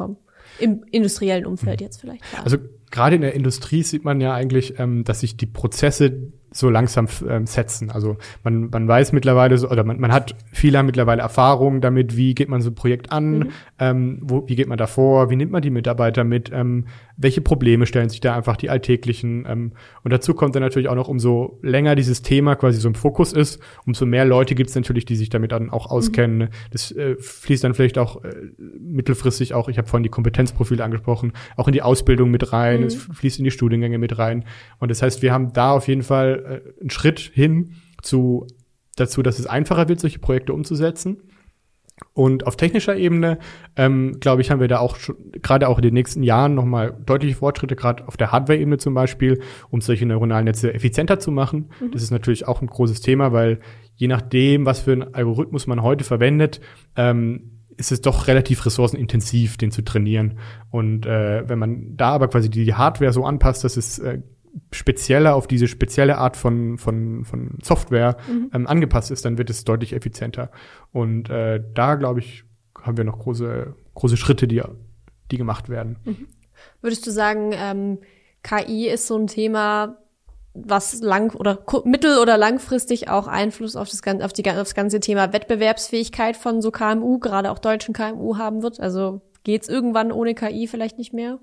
Im industriellen Umfeld jetzt vielleicht. Ja. Also gerade in der Industrie sieht man ja eigentlich, ähm, dass sich die Prozesse so langsam ähm, setzen. Also man man weiß mittlerweile so, oder man man hat viele haben mittlerweile Erfahrungen damit, wie geht man so ein Projekt an, mhm. ähm, wo wie geht man da vor, wie nimmt man die Mitarbeiter mit, ähm, welche Probleme stellen sich da einfach die alltäglichen. Ähm, und dazu kommt dann natürlich auch noch, umso länger dieses Thema quasi so im Fokus ist, umso mehr Leute gibt es natürlich, die sich damit dann auch auskennen. Mhm. Das äh, fließt dann vielleicht auch äh, mittelfristig auch, ich habe vorhin die Kompetenzprofile angesprochen, auch in die Ausbildung mit rein, mhm. es fließt in die Studiengänge mit rein. Und das heißt, wir haben da auf jeden Fall einen Schritt hin zu dazu, dass es einfacher wird, solche Projekte umzusetzen. Und auf technischer Ebene, ähm, glaube ich, haben wir da auch schon, gerade auch in den nächsten Jahren nochmal deutliche Fortschritte, gerade auf der Hardware-Ebene zum Beispiel, um solche neuronalen Netze effizienter zu machen. Mhm. Das ist natürlich auch ein großes Thema, weil je nachdem, was für einen Algorithmus man heute verwendet, ähm, ist es doch relativ ressourcenintensiv, den zu trainieren. Und äh, wenn man da aber quasi die Hardware so anpasst, dass es äh, spezieller auf diese spezielle Art von von von Software mhm. ähm, angepasst ist, dann wird es deutlich effizienter. Und äh, da, glaube ich, haben wir noch große große Schritte, die die gemacht werden. Mhm. Würdest du sagen, ähm, K I ist so ein Thema, was lang oder mittel- oder langfristig auch Einfluss auf das ganze auf die auf das ganze Thema Wettbewerbsfähigkeit von so K M U, gerade auch deutschen K M U haben wird? Also geht's irgendwann ohne K I vielleicht nicht mehr?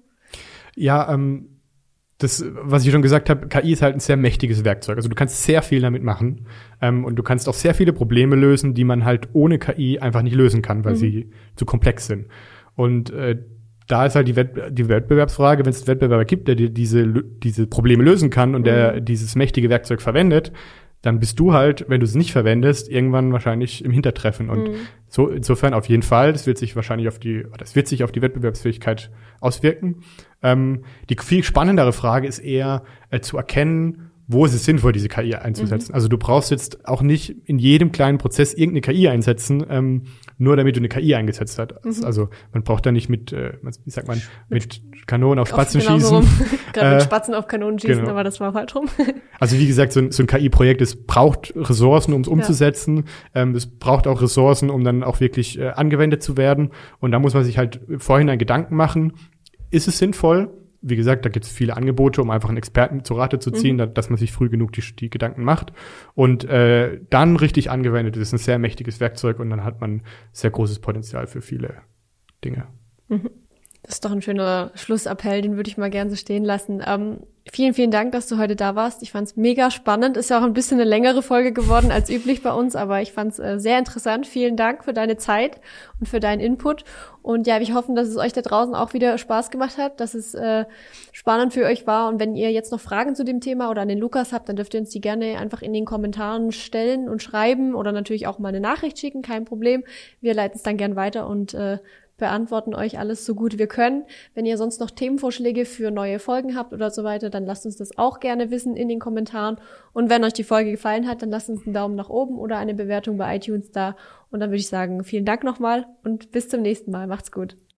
Ja, ähm das, was ich schon gesagt habe, K I ist halt ein sehr mächtiges Werkzeug. Also du kannst sehr viel damit machen ähm, und du kannst auch sehr viele Probleme lösen, die man halt ohne K I einfach nicht lösen kann, weil mhm. sie zu komplex sind. Und äh, da ist halt die, Wett- die Wettbewerbsfrage, wenn es einen Wettbewerber gibt, der dir diese, diese Probleme lösen kann und mhm. der dieses mächtige Werkzeug verwendet, dann bist du halt, wenn du es nicht verwendest, irgendwann wahrscheinlich im Hintertreffen. Und mhm. so insofern auf jeden Fall, das wird sich wahrscheinlich auf die, das wird sich auf die Wettbewerbsfähigkeit auswirken. Ähm, die viel spannendere Frage ist eher äh, zu erkennen, wo ist es sinnvoll, diese K I einzusetzen. Mhm. Also du brauchst jetzt auch nicht in jedem kleinen Prozess irgendeine K I einsetzen, ähm, nur damit du eine K I eingesetzt hast. Mhm. Also man braucht da nicht mit, äh, wie sagt man, mit Kanonen auf Spatzen genau schießen. So Gerade äh, mit Spatzen auf Kanonen schießen, genau. aber das war falsch rum. Also wie gesagt, so ein, so ein K I-Projekt, es braucht Ressourcen, um es umzusetzen. Ja. Ähm, es braucht auch Ressourcen, um dann auch wirklich äh, angewendet zu werden. Und da muss man sich halt vorhin einen Gedanken machen, ist es sinnvoll? Wie gesagt, da gibt es viele Angebote, um einfach einen Experten zu Rate zu ziehen, mhm. dass man sich früh genug die, die Gedanken macht. Und äh, dann richtig angewendet ist ein sehr mächtiges Werkzeug und dann hat man sehr großes Potenzial für viele Dinge. Mhm. Das ist doch ein schöner Schlussappell, den würde ich mal gerne so stehen lassen. Ähm, vielen, vielen Dank, dass du heute da warst. Ich fand es mega spannend. Ist ja auch ein bisschen eine längere Folge geworden als üblich bei uns, aber ich fand es äh, sehr interessant. Vielen Dank für deine Zeit und für deinen Input. Und ja, ich hoffe, dass es euch da draußen auch wieder Spaß gemacht hat, dass es äh, spannend für euch war. Und wenn ihr jetzt noch Fragen zu dem Thema oder an den Lukas habt, dann dürft ihr uns die gerne einfach in den Kommentaren stellen und schreiben oder natürlich auch mal eine Nachricht schicken, kein Problem. Wir leiten es dann gern weiter und äh, beantworten euch alles so gut wir können. Wenn ihr sonst noch Themenvorschläge für neue Folgen habt oder so weiter, dann lasst uns das auch gerne wissen in den Kommentaren. Und wenn euch die Folge gefallen hat, dann lasst uns einen Daumen nach oben oder eine Bewertung bei iTunes da. Und dann würde ich sagen, vielen Dank nochmal und bis zum nächsten Mal. Macht's gut.